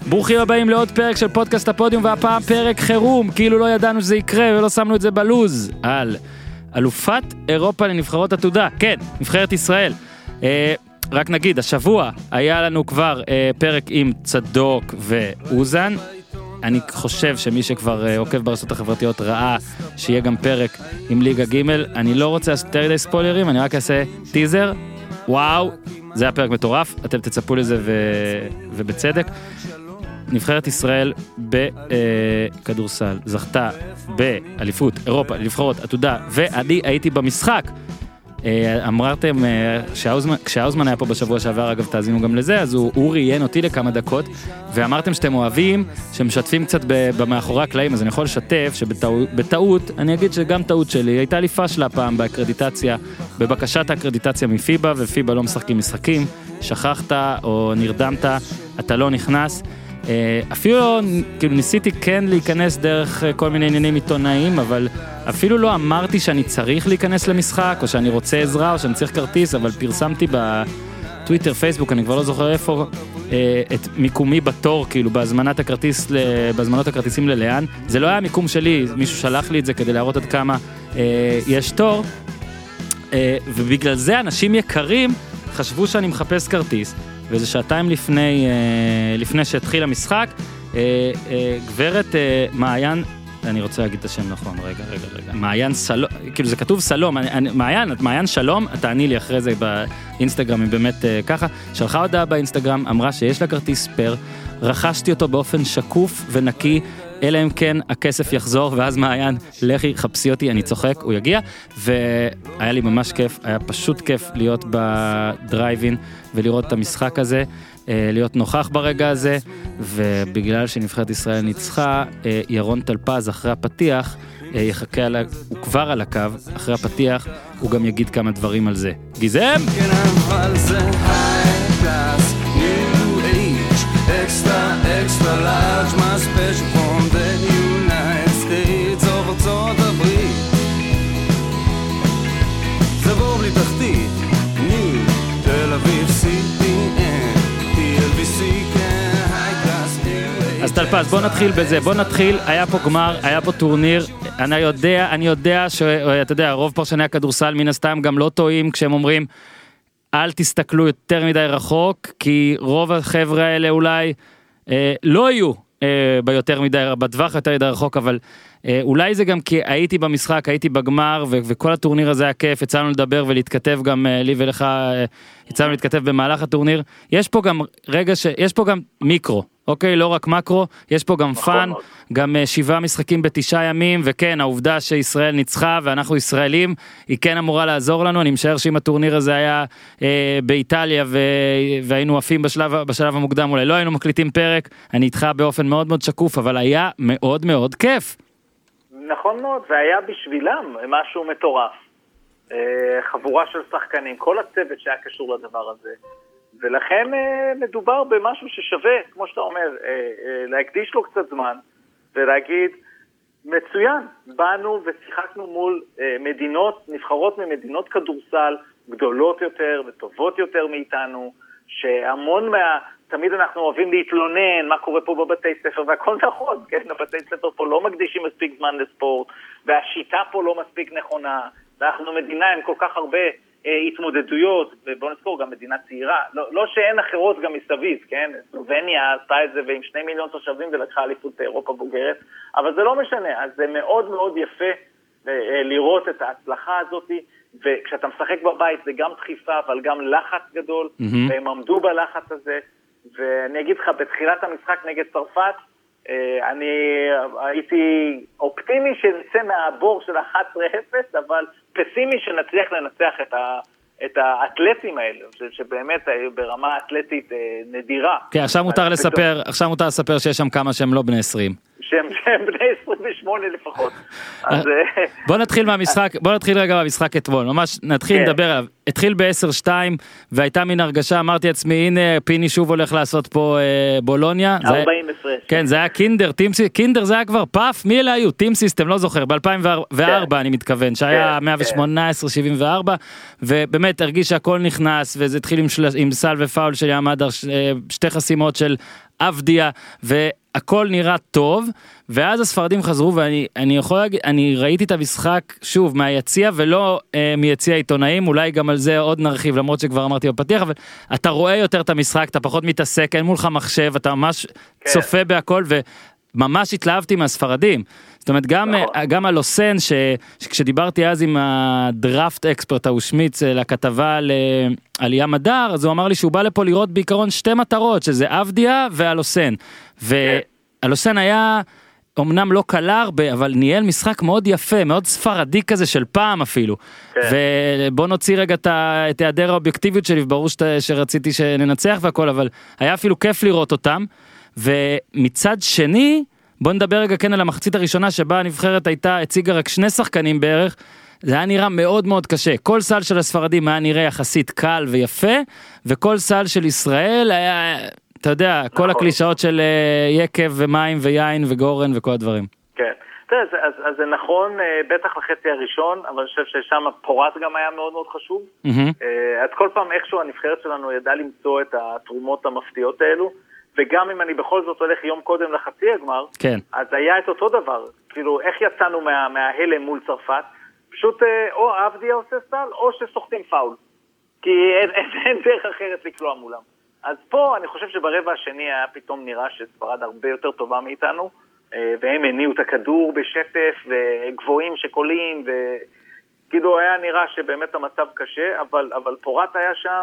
ברוכים הבאים לעוד פרק של פודקאסט הפודיום, והפעם פרק חירום, כאילו לא ידענו שזה יקרה ולא שמנו את זה בלוז, על אלופת אירופה לנבחרות עתודה, כן, נבחרת ישראל. רק נגיד, השבוע היה לנו כבר פרק עם צדוק ואוזן, אני חושב שמי שכבר עוקב ברשתות החברתיות ראה שיהיה גם פרק עם ליגה ג'. אני לא רוצה לעשות יותר ספוילרים, אני רק אעשה טיזר. וואו, זה היה פרק מטורף, אתם תצפו לזה ובצדק. נבחרת ישראל בכדורסל זכתה באליפות אירופה לנבחרות עתודה, ואני הייתי במשחק. אמרתם כשהאוזמן היה פה בשבוע שעבר, אגב תאזינו גם לזה, אז הוא ראיין אותי לכמה דקות, ואמרתם שאתם אוהבים, שמשתפים קצת במאחורי הקלעים, אז אני יכול לשתף שבטעות, אני אגיד שגם טעות שלי, הייתה לי פשלה פעם באקרדיטציה, בבקשת האקרדיטציה מפיבה, ופיבה לא משחקים משחקים, שכחת או נרדמת, אתה לא נכנס, אפילו כאילו ניסיתי כן להיכנס דרך כל מיני עניינים עיתונאיים, אבל אפילו לא אמרתי שאני צריך להיכנס למשחק, או שאני רוצה עזרה, או שאני צריך כרטיס, אבל פרסמתי בטוויטר, פייסבוק, אני כבר לא זוכר איפה, את מיקומי בתור, כאילו בהזמנות הכרטיסים ללאן. זה לא היה מיקום שלי, מישהו שלח לי את זה כדי להראות עד כמה יש תור, ובגלל זה אנשים יקרים חשבו שאני מחפש כרטיס, וזה שעתיים לפני שהתחיל המשחק, גברת מעיין, אני רוצה להגיד את השם נכון, רגע, מעיין סלום, כאילו זה כתוב סלום, מעיין שלום, תעני לי אחרי זה באינסטגרם, אם באמת ככה, שלחה הודעה באינסטגרם, אמרה שיש לה כרטיס ספר, רכשתי אותו באופן שקוף ונקי, אלא אם כן הכסף יחזור, ואז מעיין, לכי, חפשי אותי, אני צוחק, הוא יגיע, והיה לי ממש כיף, היה פשוט כיף להיות בדרייבין, ולראות את המשחק הזה, להיות נוכח ברגע הזה, ובגלל שנבחרת ישראל ניצחה, ירון טלפז אחרי הפתיח, יחכה הוא כבר על הקו, אחרי הפתיח, הוא גם יגיד כמה דברים על זה. גיזם! Extra large, my special from the United States of ארצות הברית. זה בור בלי תחתית, ניו, תל אביב, CPN, TLBC, כן, high class, אז טלפז, בוא נתחיל בזה, היה פה גמר, היה פה טורניר, אני יודע שאתה יודע, רוב פרשני הכדורסל מן הסתם גם לא טועים כשהם אומרים, אל תסתכלו יותר מדי רחוק, כי רוב החבר'ה האלה אולי לא יהיו בטווח יותר מדי רחוק, אבל אולי זה גם כי הייתי במשחק, הייתי בגמר, וכל הטורניר הזה היה כיף, יצאנו לדבר ולהתכתב גם לי ולך, יצאנו להתכתב במהלך הטורניר, יש פה גם יש פה גם מיקרו, אוקיי, לא רק מקרו, יש פה גם פן, גם 7 משחקים ב9 ימים, וכן, העובדה שישראל ניצחה, ואנחנו ישראלים, היא כן אמורה לעזור לנו, אני משער שאם הטורניר הזה היה באיטליה, והיינו עפים בשלב המוקדם, אולי לא היינו מקליטים פרק, אני איתך באופן מאוד מאוד שקוף, אבל היה מאוד מאוד כיף. נכון מאוד, זה היה בשבילם משהו מטורף. חבורה של שחקנים, כל הצוות שהיה קשור לדבר הזה. ולכן מדובר במשהו ששווה, כמו שאתה אומר, להקדיש לו קצת זמן, ולהגיד, מצוין, באנו ושיחקנו מול נבחרות ממדינות כדורסל, גדולות יותר וטובות יותר מאיתנו, שהמון תמיד אנחנו אוהבים להתלונן, מה קורה פה בבתי ספר, והכל נכון, כן, הבתי ספר פה לא מקדישים מספיק זמן לספורט, והשיטה פה לא מספיק נכונה, ואנחנו מדינה עם כל כך הרבה התמודדויות, ובוא נזכור גם מדינה צעירה, לא שאין אחרות גם מסביב, כן, סלובניה עשתה את זה ועם 2 מיליון תושבים ולקחה אליפות אירופה בוגרת, אבל זה לא משנה, אז זה מאוד מאוד יפה לראות את ההצלחה הזאת, וכשאתה משחק בבית זה גם דחיפה, אבל גם לחץ גדול, והם עמדו בלחץ הזה, ואני אגיד לך, בתחילת המשחק נגד צרפת, אני הייתי אופטימי שנצא מהבור של 11-0, אבל פסימי שנצליח לנצח את האתלטים האלה, שבאמת ברמה אתלטית נדירה. כן, עכשיו מותר לספר שיש שם כמה שהם לא בני 20. שהם בני 28 לפחות. בוא נתחיל רגע במשחק אתמול, ממש נתחיל לדבר עליו. התחיל ב-10-2, והייתה מין הרגשה, אמרתי עצמי, הנה פיני שוב הולך לעשות פה בולוניה. 40-20. הפרש. כן, זה היה קינדר, קינדר זה היה כבר פאף, מי אלה היו? טים סיסטם, לא זוכר, ב-2004 אני מתכוון, שהיה 118-74, ובאמת הרגיש שהכל נכנס, וזה התחיל עם סל ופאול של ים אדר, שתי חסימות של אבדיה, והכל נראה טוב, ואז הספרדים חזרו, ואני יכול להגיד, אני ראיתי את המשחק, שוב, מהיציע, ולא מיציע עיתונאים, אולי גם על זה עוד נרחיב, למרות שכבר אמרתי בפתיח, אבל אתה רואה יותר את המשחק, אתה פחות מתעסק, אין מולך מחשב, אתה ממש צופה בהכל, וממש התלהבתי מהספרדים. זאת אומרת, גם על אוסן, שכשדיברתי אז עם הדראפט אקספרט, הוא שמיץ לכתבה על ים הדר, אז הוא אמר לי שהוא בא לפה לראות בעיקרון שתי מטרות, שזה אבדיה ועל אוסן. ועל אוסן היה אמנם לא קלה הרבה, אבל ניהל משחק מאוד יפה, מאוד ספרדי כזה של פעם אפילו. ובוא נוציא רגע את היעדר האובייקטיביות שלי, וברור שרציתי שננצח והכל, אבל היה אפילו כיף לראות אותם. ומצד שני, בוא נדבר רגע כן על המחצית הראשונה שבה הנבחרת הציגה רק 2 שחקנים בערך, זה היה נראה מאוד מאוד קשה. כל סל של הספרדים היה נראה יחסית קל ויפה, וכל סל של ישראל היה, אתה יודע, כל הקלישאות של יקב ומים ויין וגורן וכל הדברים. כן, אז זה נכון, בטח לחצי הראשון, אבל אני חושב ששם פורט גם היה מאוד מאוד חשוב. אז כל פעם איכשהו הנבחרת שלנו ידעה למצוא את התרומות המפתיעות האלו, וגם אם אני בכל זאת הולך יום קודם לחצי הגמר, כן. אז היה את אותו דבר. כאילו, איך יצאנו מההלם מול צרפת? פשוט או אבדיה עושה סל, או שסוחטים פאול. כי אין דרך אחרת לקלוע מולם. אז פה אני חושב שברבע השני היה פתאום נראה שספרד הרבה יותר טובה מאיתנו, והם הניעו את הכדור בשטף, וגבוהים שקולים, וכאילו היה נראה שבאמת המצב קשה, אבל פורט היה שם,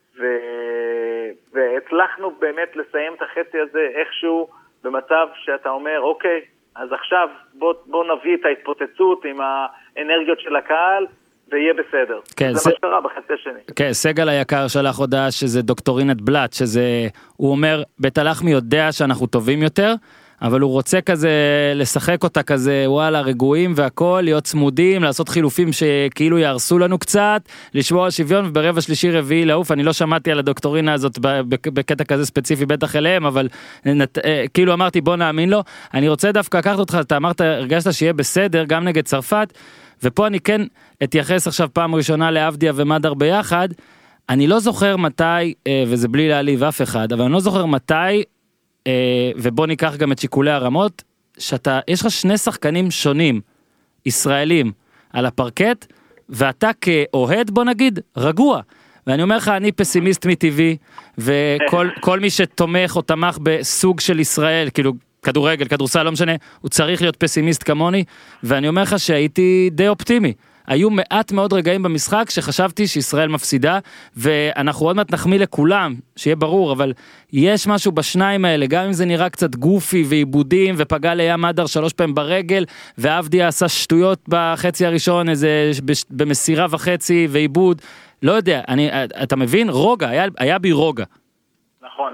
והצלחנו באמת לסיים את החצי הזה איכשהו במצב שאתה אומר, אוקיי, אז עכשיו בוא נביא את ההתפוצצות עם האנרגיות של הקהל, ויהיה בסדר. כן, זה מה שקרה בחצי השני. כן, סגל היקר שלח הודעה שזה דוקטורינת בלט, הוא אומר, בית הלחמי יודע שאנחנו טובים יותר, אבל הוא רוצה כזה לשחק אותה כזה, וואלה, רגועים והכל, להיות צמודים, לעשות חילופים שכאילו יהרסו לנו קצת, לשמור על שוויון, וברבע שלישי רביעי לעוף, אני לא שמעתי על הדוקטורינה הזאת בקטע כזה ספציפי בטח אליהם, אבל כאילו אמרתי בוא נאמין לו, אני רוצה דווקא לקחת אותך, אתה אמרת, הרגשת שיהיה בסדר, גם נגד צרפת, ופה אני כן אתייחס עכשיו פעם ראשונה לאבדיה ומדר ביחד, אני לא זוכר מתי, וזה בלי להעליב אף אחד, אבל אני לא זוכר מתי, ובוא ניקח גם את שיקולי הרמות, יש לך 2 שחקנים שונים, ישראלים, על הפרקט, ואתה כאוהד, בוא נגיד, רגוע. ואני אומר לך, אני פסימיסט מטבעי, וכל מי שתומך או תמך בסוג של ישראל, כאילו כדורגל, כדורסל, לא משנה, הוא צריך להיות פסימיסט כמוני, ואני אומר לך שהייתי די אופטימי. היו מעט מאוד רגעים במשחק שחשבתי שישראל מפסידה, ואנחנו עוד מעט נחמיא לכולם, שיהיה ברור, אבל יש משהו בשניים האלה, גם אם זה נראה קצת גופי ועיבודים, ופגע לים אדר 3 פעמים ברגל, ואבדיה עשה שטויות בחצי הראשון, איזה במסירה וחצי ועיבוד, לא יודע, אתה מבין? רוגע, היה בי רוגע. נכון,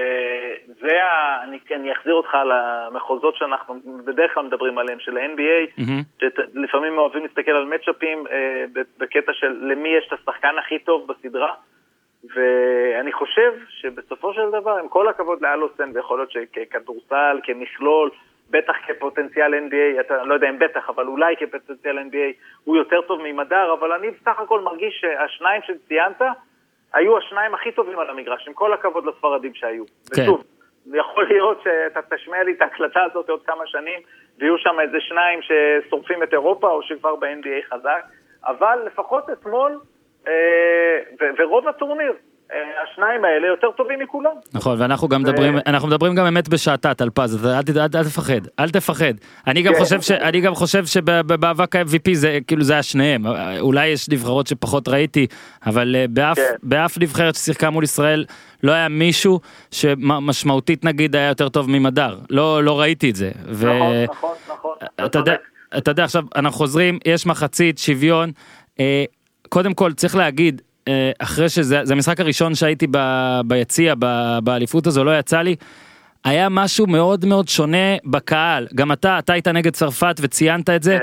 אני אחזיר אותך למחוזות שאנחנו בדרך כלל מדברים עליהם, של ה-NBA, שלפעמים אוהבים להסתכל על מצ'אפים בקטע של למי יש את השחקן הכי טוב בסדרה, ואני חושב שבסופו של דבר, עם כל הכבוד לאלוסן, ויכול להיות שכדורסל, כמכלול, בטח כפוטנציאל NBA, אתה לא יודע אם בטח, אבל אולי כפוטנציאל NBA, הוא יותר טוב ממדר, אבל אני בסך הכל מרגיש שהשניים שציינת, היו השניים הכי טובים על המגרש, עם כל הכבוד לספרדים שהיו. כן. ושוב, יכול להיות שאתה תשמע לי את ההקלטה הזאת עוד כמה שנים, ויהיו שם איזה שניים ששורפים את אירופה, או שכבר ב-NBA חזק, אבל לפחות אתמול, ורוב הטורניר, השניים האלה יותר טובים מכולם. נכון, ואנחנו גם מדברים גם אמת בשעתה, טלפז, אל תפחד, אל תפחד. אני גם חושב שבאבק ה-MVP זה, כאילו זה היה שניהם, אולי יש נבחרות שפחות ראיתי, אבל באף נבחרת ששיחקה מול ישראל, לא היה מישהו שמשמעותית נגיד היה יותר טוב ממדר, לא ראיתי את זה. נכון. אתה יודע, עכשיו אנחנו חוזרים, יש מחצית, שוויון, קודם כל צריך להגיד, אחרי שזה המשחק הראשון שהייתי ביציע, באליפות הזו, לא יצא לי, היה משהו מאוד מאוד שונה בקהל, גם אתה היית נגד צרפת וציינת את זה,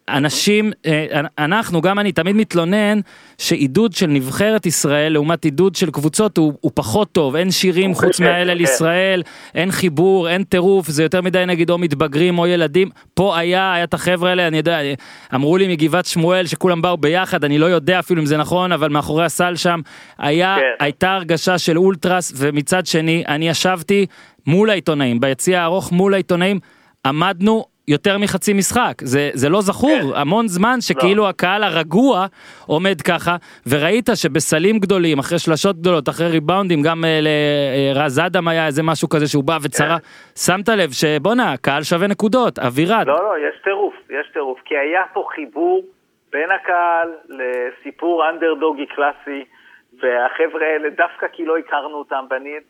אנשים, אנחנו, גם אני תמיד מתלונן שעידוד של נבחרת ישראל לעומת עידוד של קבוצות הוא פחות טוב, אין שירים חוץ מהאלה לישראל, אין חיבור, אין טירוף, זה יותר מדי נגיד או מתבגרים או ילדים, פה היה את החבר'ה האלה, אני יודע, אמרו לי מגבעת שמואל שכולם באו ביחד, אני לא יודע אפילו אם זה נכון, אבל מאחורי הסל שם הייתה הרגשה של אולטרס, ומצד שני אני ישבתי מול העיתונאים, ביציע הארוך מול העיתונאים, עמדנו יותר מחצי משחק, זה לא זכור, המון זמן שכאילו הקהל הרגוע עומד ככה, וראית שבסלים גדולים, אחרי שלשות גדולות, אחרי ריבאונדים, גם לרז אדם היה איזה משהו כזה שהוא בא וצרה, שמת לב שבונה, הקהל שווה נקודות, אווירה. לא, יש טירוף, כי היה פה חיבור בין הקהל לסיפור אנדרדוגי קלאסי, והחבר'ה האלה דווקא כי לא הכרנו אותם,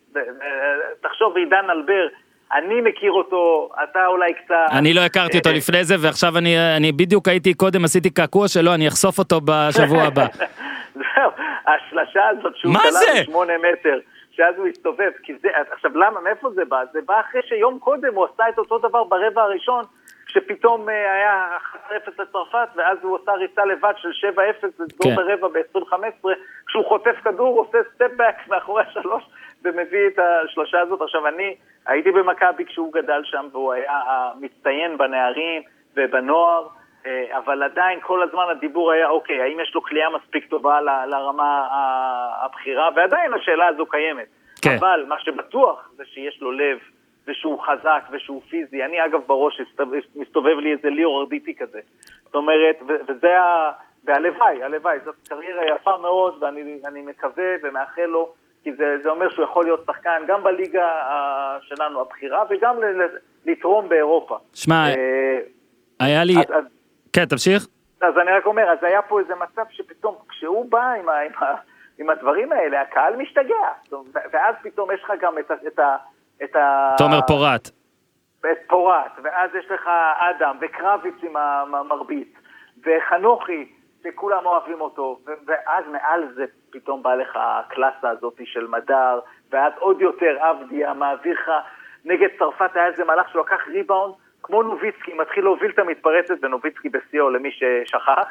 תחשוב עידן אלבר, אני מכיר אותו, אתה אולי קצת... אני לא הכרתי אותו לפני זה, ועכשיו אני בדיוק הייתי קודם, עשיתי קעקוע שלו, אני אחשוף אותו בשבוע הבא. זהו, השלשה הזאת שהוא תלה 8 מטר, שאז הוא הסתובב, כי זה, עכשיו למה, מאיפה זה בא? זה בא אחרי שיום קודם הוא עשה את אותו דבר ברבע הראשון, שפתאום היה 1-0 לצרפת, ואז הוא עושה ריצה לבד של 7-0, לסגור ברבע ב-2015, כשהוא חוטף כדור, עושה סטפ-בק מאחורי 3, ומביא את השלושה הזאת. עכשיו אני הייתי במכבי כשהוא גדל שם, והוא היה מצטיין בנערים ובנוער, אבל עדיין כל הזמן הדיבור היה, אוקיי, האם יש לו כלייה מספיק טובה לרמה הבחירה, ועדיין השאלה הזו קיימת. כן. אבל מה שבטוח זה שיש לו לב, ושהוא חזק ושהוא פיזי. אני אגב בראש מסתובב לי איזה ליאור ארדיטי כזה. זאת אומרת, וזה הלוואי, זאת קריירה יפה מאוד, ואני מקווה ומאחל לו, כי זה אומר שהוא יכול להיות שחקן גם בליגה שלנו הבחירה, וגם לתרום באירופה. שמע, היה לי... כן, תמשיך. אז אני רק אומר, אז היה פה איזה מצב שפתאום, כשהוא בא עם הדברים האלה, הקהל משתגע. ואז פתאום יש לך גם את תומר פורט. את פורט, ואז יש לך אדם, וקרביץ עם המרביץ, וחנוכי, שכולם אוהבים אותו, ואז מעל זה פתאום בא לך הקלאסה הזאת של מדר, ואז עוד יותר אבדיה, מעביר לך נגד צרפת, היה איזה מהלך שלוקח ריבאונד, כמו נוביצקי, מתחיל להוביל את המתפרצת, ונוביצקי בסיוע למי ששכח,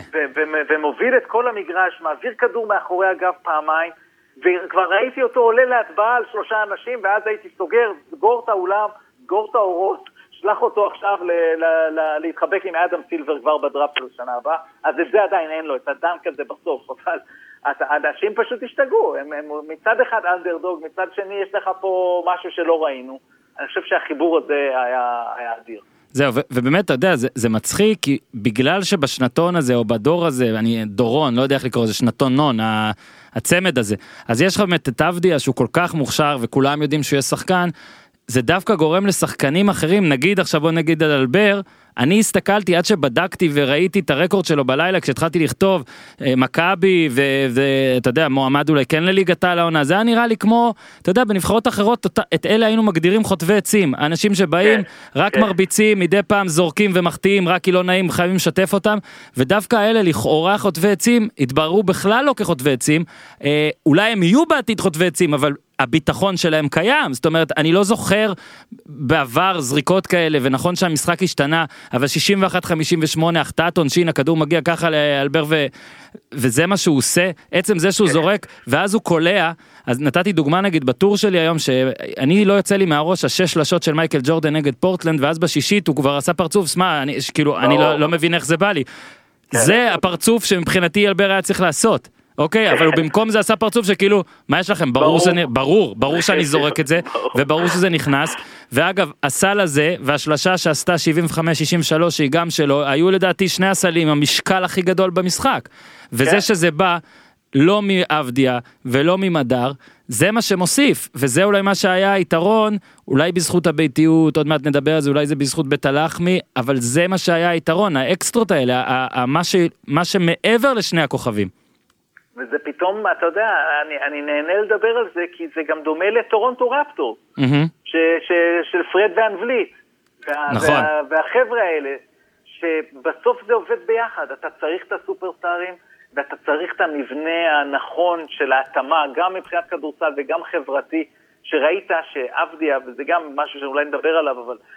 ומוביל את כל המגרש, מעביר כדור מאחורי הגב פעמיים, וכבר ראיתי אותו עולה להצבעה על 3 אנשים, ואז הייתי סגור את האולם, סגור את האורות, שלח אותו עכשיו להתחבק עם אדם סילבר כבר בדראפ של השנה הבאה, אז את זה עדיין אין לו, את הדם כזה בסוף, אבל האנשים פשוט השתגעו, הם מצד אחד אנדרדוג, מצד שני יש לך פה משהו שלא ראינו, אני חושב שהחיבור הזה היה אדיר. זהו, ובאמת, אתה יודע, זה מצחיק, כי בגלל שבשנתון הזה, או בדור הזה, דורון, לא יודע איך לקרוא, זה שנתון נון, הצמד הזה, אז יש לך באמת את אבדיה, שהוא כל כך מוכשר, וכולם יודעים שהוא יהיה שחקן, זה דווקא גורם לשחקנים אחרים, נגיד עכשיו בוא נגיד על אלבר, אני הסתכלתי עד שבדקתי וראיתי את הרקורד שלו בלילה, כשהתחלתי לכתוב מכבי, ואתה יודע, מועמד אולי כן לליגת העל העונה, זה היה נראה לי כמו, אתה יודע, בנבחרות אחרות, את אלה היינו מגדירים חוטבי עצים, אנשים שבאים, רק מרביצים, מדי פעם זורקים ומחטיאים, רק כי לא נעים, חייבים לשתף אותם, ודווקא האלה לכאורה חוטבי עצים, התבררו בכלל לא כחוטבי עצים, אולי הם יהיו בעתיד חוטבי עצים, אבל הביטחון שלהם קיים, זאת אומרת, אני לא זוכר בעבר זריקות כאלה, ונכון שהמשחק השתנה, אבל 61-58, החטאת עונשין, הכדור מגיע ככה לאלבר, וזה מה שהוא עושה, עצם זה שהוא זורק, ואז הוא קולע, אז נתתי דוגמה נגיד בטור שלי היום, שאני לא יוצא לי מהראש, 6 שלשות של מייקל ג'ורדן נגד פורטלנד, ואז בשישית הוא כבר עשה פרצוף, סמה, אני לא מבין איך זה בא לי, זה הפרצוף שמבחינתי אלבר היה צריך לעשות, אוקיי, אבל הוא במקום זה עשה פרצוף שכאילו, מה יש לכם? ברור שאני זורק את זה, וברור שזה נכנס, ואגב, הסל הזה, והשלשה שעשתה 75-63, שהיא גם שלו, היו לדעתי 2 הסלים, המשקל הכי גדול במשחק, וזה שזה בא, לא מאבדיה, ולא ממדר, זה מה שמוסיף, וזה אולי מה שהיה היתרון, אולי בזכות הביתיות, עוד מעט נדבר על זה, אולי זה בזכות בית הלחמי, אבל זה מה שהיה היתרון, האקסטרות האלה, מה שמעבר לשני הכוכבים. וזה פתאום, אתה יודע, אני נהנה לדבר על זה, כי זה גם דומה לטורונטו רפטור, של פרד ואן וליט, והחבר'ה האלה, שבסוף זה עובד ביחד, אתה צריך את הסופרסטארים, ואתה צריך את המבנה הנכון של ההתאמה, גם מבחינת כדורסל וגם חברתי, שראית שאבדיה, וזה גם משהו שאולי נדבר עליו, אבל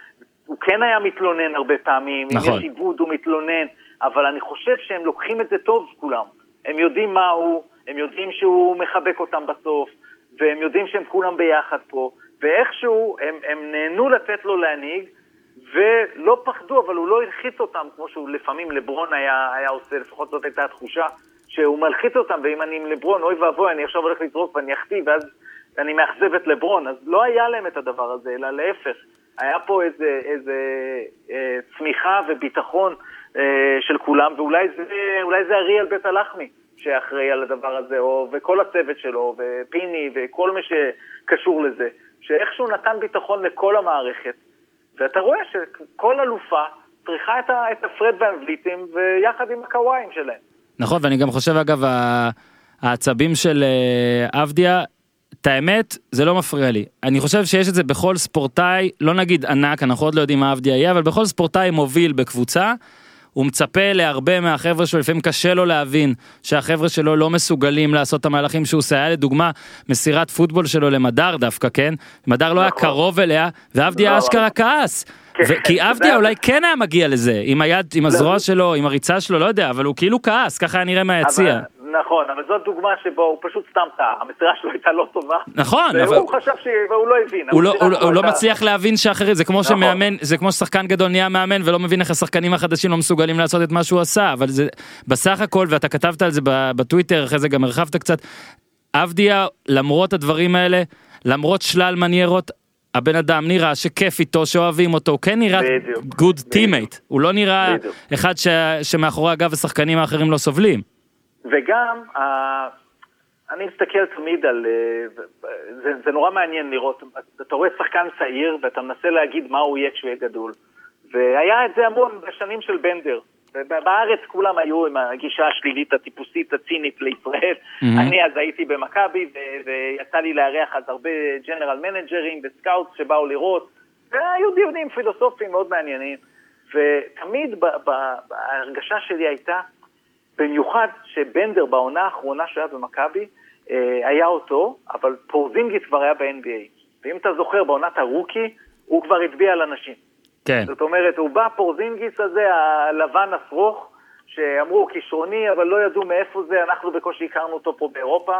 הוא כן היה מתלונן הרבה פעמים, נכון. אם יש עיבוד הוא מתלונן, אבל אני חושב שהם לוקחים את זה טוב כולם. הם יודעים מה הוא, הם יודעים שהוא מחבק אותם בסוף, והם יודעים שהם כולם ביחד פה, ואיכשהו הם נהנו לתת לו להנהיג, ולא פחדו, אבל הוא לא הלחיץ אותם, כמו שהוא לפעמים לברון היה עושה, לפחות זאת הייתה התחושה, שהוא מלחיץ אותם, ואם אני עם לברון, אוי ואבוי, אני עכשיו הולך לזרוק ואני אחטיא, ואז אני מאכזב את לברון, אז לא היה להם את הדבר הזה, אלא להפך. היה פה איזה צמיחה וביטחון של כולם, ואולי זה אריאל בית הלחמי שאחראי על הדבר הזה, וכל הצוות שלו, ופיני, וכל מי שקשור לזה, שאיכשהו נתן ביטחון לכל המערכת, ואתה רואה שכל אלופה צריכה את הפרד והמבליטים, ויחד עם הקוואים שלהם. נכון, ואני גם חושב אגב, העצבים של אבדיה, את האמת, זה לא מפריע לי. אני חושב שיש את זה בכל ספורטאי, לא נגיד ענק, אנחנו עוד לא יודעים מה אבדיה יהיה, אבל בכל ספורטאי מוביל בקבוצה, הוא מצפה להרבה מהחבר'ה שלו, לפעמים קשה לו להבין שהחבר'ה שלו לא מסוגלים לעשות את המהלכים שהוא עושה. היה לדוגמה מסירת פוטבול שלו למדר דווקא, כן? מדר לא היה קרוב אליה, ואבדיה אשכרה כעס. כי אבדיה אולי כן היה מגיע לזה, עם היד, עם הזרוע שלו, עם הריצה שלו, לא יודע, אבל הוא כאילו כעס, ככה היה נראה מהיציע. נכון, אבל זאת דוגמה שבו הוא פשוט סתם טעה, המסירה שלו הייתה לא טובה. נכון. והוא חשב והוא לא הבין. הוא לא מצליח להבין שאחרים, זה כמו שמאמן, זה כמו ששחקן גדול נהיה מאמן, ולא מבין איך השחקנים החדשים לא מסוגלים לעשות את מה שהוא עשה, אבל זה בסך הכל, ואתה כתבת על זה בטוויטר, אחרי זה גם הרחבת קצת, אבדיה, למרות הדברים האלה, למרות שלל מניירות, הבן אדם נראה שכיף איתו, שאוהבים אותו, הוא כן נראה good teammate, הוא לא נראה אחד שמאחורי אגב השחקנים האחרים לא סובלים. וגם, אני מסתכל תמיד על, זה נורא מעניין לראות, אתה רואה שחקן צעיר ואתה מנסה להגיד מה הוא יהיה כשהוא יהיה גדול, והיה את זה המון בשנים של בנדר, ובארץ כולם היו עם הגישה השלילית, הטיפוסית, הצינית לישראל, אני אז הייתי במכבי, ויצא לי לארח אז הרבה ג'נרל מנג'רים וסקאוט שבאו לראות, והיו דיונים פילוסופיים מאוד מעניינים, ותמיד בהרגשה שלי הייתה, במיוחד שבנדר בעונה האחרונה שהיה במכבי, היה אותו, אבל פורזינגיס כבר היה ב-NBA. ואם אתה זוכר, בעונת הרוקי, הוא כבר הצביע על אנשים. כן. זאת אומרת, הוא בא פורזינגיס הזה, הלבן הסרוך, שאמרו כישרוני, אבל לא ידעו מאיפה זה, אנחנו בקושי הכרנו אותו פה באירופה,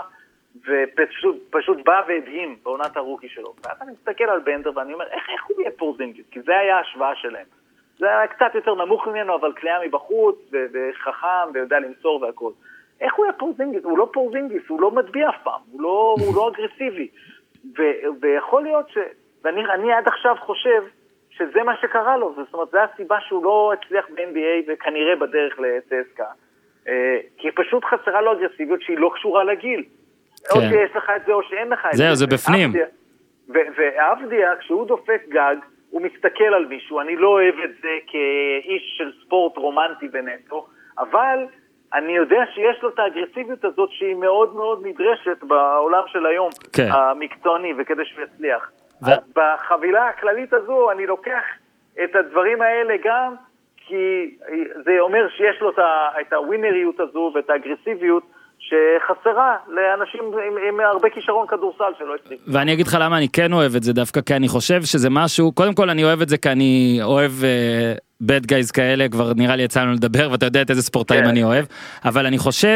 ופשוט בא והדהים בעונת הרוקי שלו. ואז אני מסתכל על בנדר ואני אומר, איך הוא יהיה פורזינגיס? כי זה היה ההשוואה שלהם. זה היה קצת יותר נמוך ממנו, אבל קליעה מבחוץ, וחכם, ויודע למסור והכל. איך הוא היה פורזינגיס? הוא לא פורזינגיס, הוא לא מצביע אף פעם, הוא לא אגרסיבי. ויכול להיות ואני עד עכשיו חושב שזה מה שקרה לו, זאת אומרת, זה הסיבה שהוא לא הצליח ב-NBA, וכנראה בדרך לצסקה. כי פשוט חסרה לו אגרסיביות שהיא לא קשורה לגיל. או שיש לך את זה, או שאין לך את זה. זה בפנים. ואבדיה, כשהוא דופק גג, הוא מסתכל על מישהו, אני לא אוהב את זה כאיש של ספורט רומנטי ונטו, אבל אני יודע שיש לו את האגרסיביות הזאת שהיא מאוד מאוד נדרשת בעולם של היום, המקצועני, וכדי שהוא יצליח. אז בחבילה הכללית הזו אני לוקח את הדברים האלה גם, כי זה אומר שיש לו את הווינריות הזו ואת האגרסיביות, שחסרה לאנשים עם הרבה כישרון כדורסל שלא הצליחו. ואני אגיד לך למה אני כן אוהב את זה דווקא, כי אני חושב שזה משהו, קודם כל אני אוהב את זה כי אני אוהב bad guys כאלה, כבר נראה לי יצא לנו לדבר, ואתה יודע את איזה ספורטאים אני אוהב, אבל אני חושב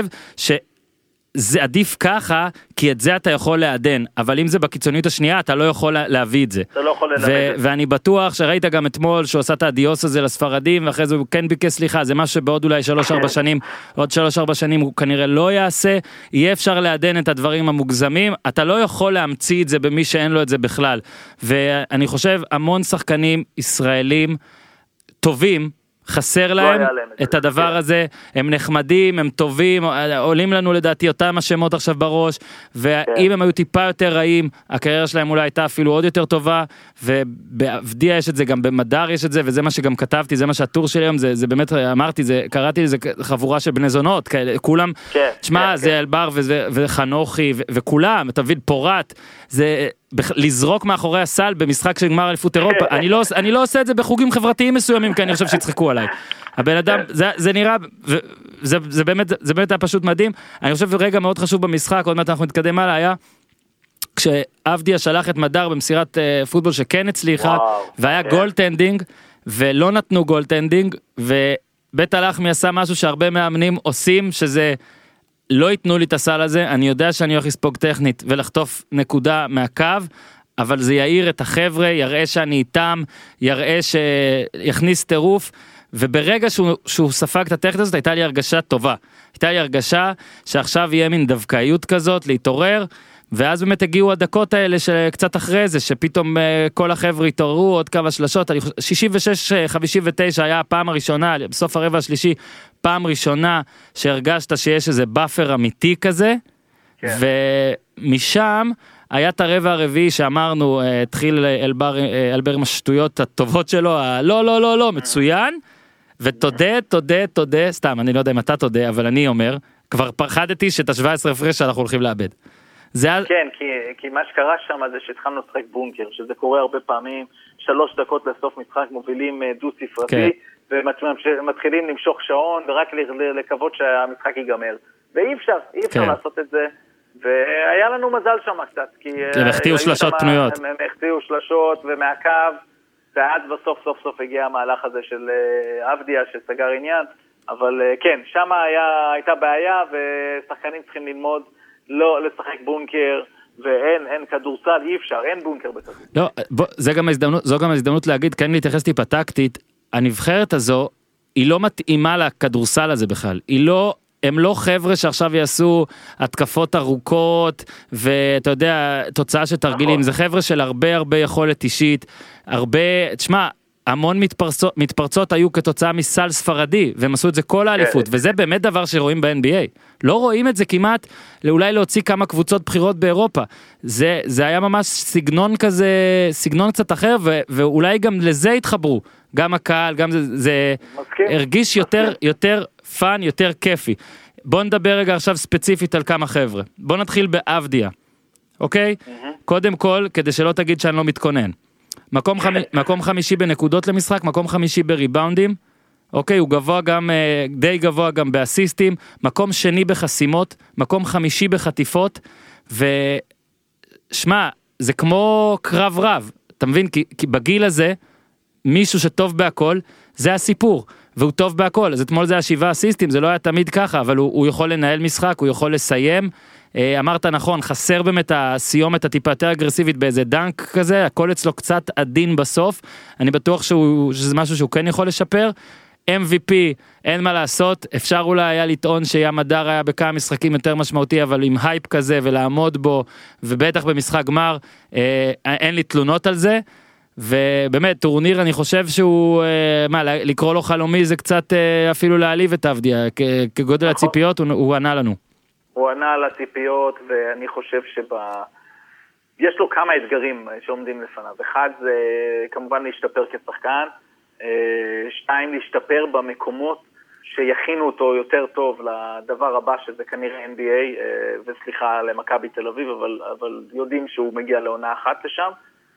זה עדיף ככה, כי את זה אתה יכול לעדן, אבל אם זה בקיצוניות השנייה, אתה לא יכול להביא את זה. אתה לא יכול ללמד את זה. ואני בטוח שראית גם אתמול, שהוא עשה את הדיוס הזה לספרדים, ואחרי זה הוא כן ביקש סליחה, זה משהו שבעוד אולי 3-4 שנים, עוד 3-4 שנים הוא כנראה לא יעשה, יהיה אפשר לעדן את הדברים המוגזמים, אתה לא יכול להמציא את זה במי שאין לו את זה בכלל. ואני חושב, המון שחקנים ישראלים טובים, חסר להם את הדבר הזה, הם נחמדים, הם טובים, עולים לנו לדעתי אותם השמות עכשיו בראש, ואם הם היו טיפה יותר רעים, הקריירה שלהם אולי הייתה אפילו עוד יותר טובה, ובאבדיה יש את זה, גם במדר יש את זה, וזה מה שגם כתבתי, זה מה שהטור שלי היום, זה באמת, אמרתי, קראתי לזה חבורה של בני זונות, כולם, תשמע, זה אלבר וחנוכי, וכולם, אתה מבין, פורט, זה לזרוק מאחורי הסל במשחק שנגמר אליפות אירופה, אני לא עושה את זה בחוגים חברתיים מסוימים, כי אני חושב שיצחקו עליי. הבן אדם, זה נראה, זה באמת היה פשוט מדהים. אני חושב רגע מאוד חשוב במשחק, עוד מעט אנחנו נתקדם הלאה, היה, כשאבדיה שלח את מדר במסירת פוטבול שכן הצליחה, והיה גולטנדינג, ולא נתנו גולטנדינג, ובית הלחמי עשה משהו שהרבה מאמנים עושים, שזה לא ייתנו לי את הסל הזה, אני יודע שאני הולך לספוג טכנית, ולחטוף נקודה מהקו, אבל זה יעיר את החבר'ה, יראה שאני איתם, יראה שיכניס טירוף, וברגע שהוא ספג את הטכנית הזאת, הייתה לי הרגשה טובה. הייתה לי הרגשה שעכשיו יהיה מין דווקאיות כזאת, להתעורר, ואז באמת הגיעו הדקות האלה שקצת אחרי זה, שפתאום כל החבר'ה התעוררו, עוד קו השלשות, 66-59 היה הפעם הראשונה, בסוף הרבע השלישי, פעם ראשונה שהרגשת שיש איזה באפר אמיתי כזה, ומשם היה את הרבע הרביעי שאמרנו, התחיל אלבר עם השטויות הטובות שלו, לא, מצוין, ותודה, סתם, אני לא יודע אם אתה תודה, אבל אני אומר, כבר פחדתי שאת ה-17 הפרש שאנחנו הולכים לאבד. כן, כי מה שקרה שם זה שהתחלנו לשחק בונקר, שזה קורה הרבה פעמים, 3 דקות לסוף משחק מובילים דו ספרתי, ומתחילים למשוך שעון, ורק לקוות שהמשחק ייגמר. ואי אפשר לעשות את זה, והיה לנו מזל שם קצת, כי הם החטיאו שלשות פנויות. הם החטיאו שלשות ומהקו, ואז סוף הגיע המהלך הזה של אבדיה שסגר עניין, אבל כן, שם הייתה בעיה, ושחקנים צריכים ללמוד לא לשחק בונקר, ואין כדורסל, אי אפשר, אין בונקר בכדורסל. לא, זו גם ההזדמנות להגיד, כן להתייחס טיפה טקטית, הנבחרת הזו, היא לא מתאימה לכדורסל הזה בכלל, הם לא חבר'ה שעכשיו יעשו התקפות ארוכות, ואתה יודע, תוצאה של תרגילים, זה חבר'ה של הרבה יכולת אישית, תשמע, המון מתפרצות היו כתוצאה מסל ספרדי, והם עשו את זה כל האליפות, וזה באמת דבר שרואים ב-NBA. לא רואים את זה כמעט, אולי להוציא כמה קבוצות בחירות באירופה. זה היה ממש סגנון כזה, סגנון קצת אחר, ואולי גם לזה התחברו. גם הקהל, גם זה הרגיש יותר פן, יותר כיפי. בוא נדבר רגע עכשיו ספציפית על כמה חבר'ה. בוא נתחיל באבדיה, אוקיי? קודם כל, כדי שלא תגיד שאני לא מתכונן. מקום 5 בנקודות למשחק, מקום 5 בריבאונדים, אוקיי, הוא גבוה גם, די גבוה גם באסיסטים, מקום 2 בחסימות, מקום 5 בחטיפות, ושמע, זה כמו קרב רב, אתה מבין? כי בגיל הזה, מישהו שטוב בהכל, זה הסיפור, והוא טוב בהכל, אז אתמול זה 7 אסיסטים, זה לא היה תמיד ככה, אבל הוא יכול לנהל משחק, הוא יכול לסיים, אמרת נכון, חסר באמת הסיומת הטיפה יותר אגרסיבית באיזה דנק כזה, הכל אצלו קצת עדין בסוף, אני בטוח שזה משהו שהוא כן יכול לשפר, MVP, אין מה לעשות, אפשר אולי היה לטעון ים הדר היה בכמה משחקים יותר משמעותי, אבל עם הייפ כזה ולעמוד בו, ובטח במשחק גמר, אין לי תלונות על זה, ובאמת, טורניר אני חושב שהוא, לקרוא לו חלומי זה קצת אפילו להעליב את אבדיה, כגודל הציפיות הוא ענה לנו. הוא ענה על הציפיות, ואני חושב יש לו כמה אתגרים שעומדים לפניו. אחד זה כמובן להשתפר כשחקן, 2 להשתפר במקומות שיכינו אותו יותר טוב לדבר הבא, שזה כנראה NBA, וסליחה למכבי תל אביב, אבל יודעים שהוא מגיע לעונה אחת לשם.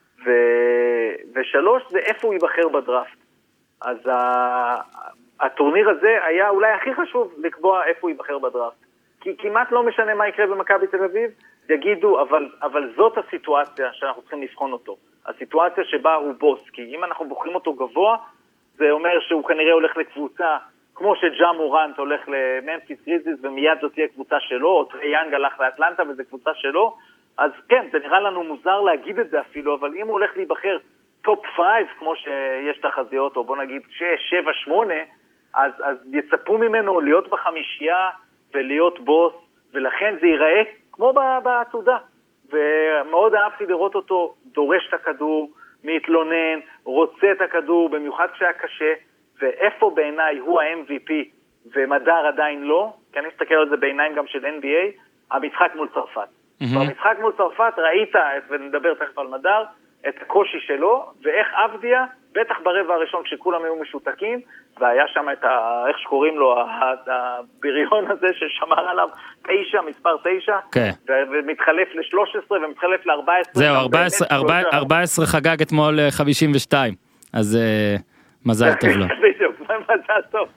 ו3 זה איפה הוא ייבחר בדראפט. אז הטורניר הזה היה אולי הכי חשוב לקבוע איפה הוא ייבחר בדראפט. כי כמעט לא משנה מה יקרה במכבי תל אביב, יגידו, אבל זאת הסיטואציה שאנחנו צריכים לבחון אותו. הסיטואציה שבה הוא בוס, כי אם אנחנו בוחרים אותו גבוה, זה אומר שהוא כנראה הולך לקבוצה, כמו שג'ה מורנט הולך לממפיס גריזליז, ומיד זאת תהיה קבוצה שלו, או טרי יאנג הלך לאטלנטה וזו קבוצה שלו, אז כן, זה נראה לנו מוזר להגיד את זה אפילו, אבל אם הוא הולך להיבחר טופ 5, כמו שיש תחזיות, או בוא נגיד 6, 7, 8, אז יצפו ממנו להיות בחמישייה ולהיות בוס, ולכן זה ייראה כמו בעתודה. ומאוד אהבתי לראות אותו דורש את הכדור, מתלונן, רוצה את הכדור, במיוחד כשהיה קשה, ואיפה בעיניי הוא ה-MVP ומדר עדיין לא, כי אני מסתכל על זה בעיניים גם של NBA, המשחק מול צרפת. במשחק מול צרפת ראית, ונדבר תכף על מדר, את הקושי שלו, ואיך אבדיה, בטח ברבע הראשון כשכולם היו משותקים, והיה שם את איך שקוראים לו, הבריון הזה ששמר עליו 9, מספר 9, ומתחלף ל-13 ומתחלף ל-14. זהו, 14 חגג אתמול 52, אז מזל טוב לו. בדיוק, מזל טוב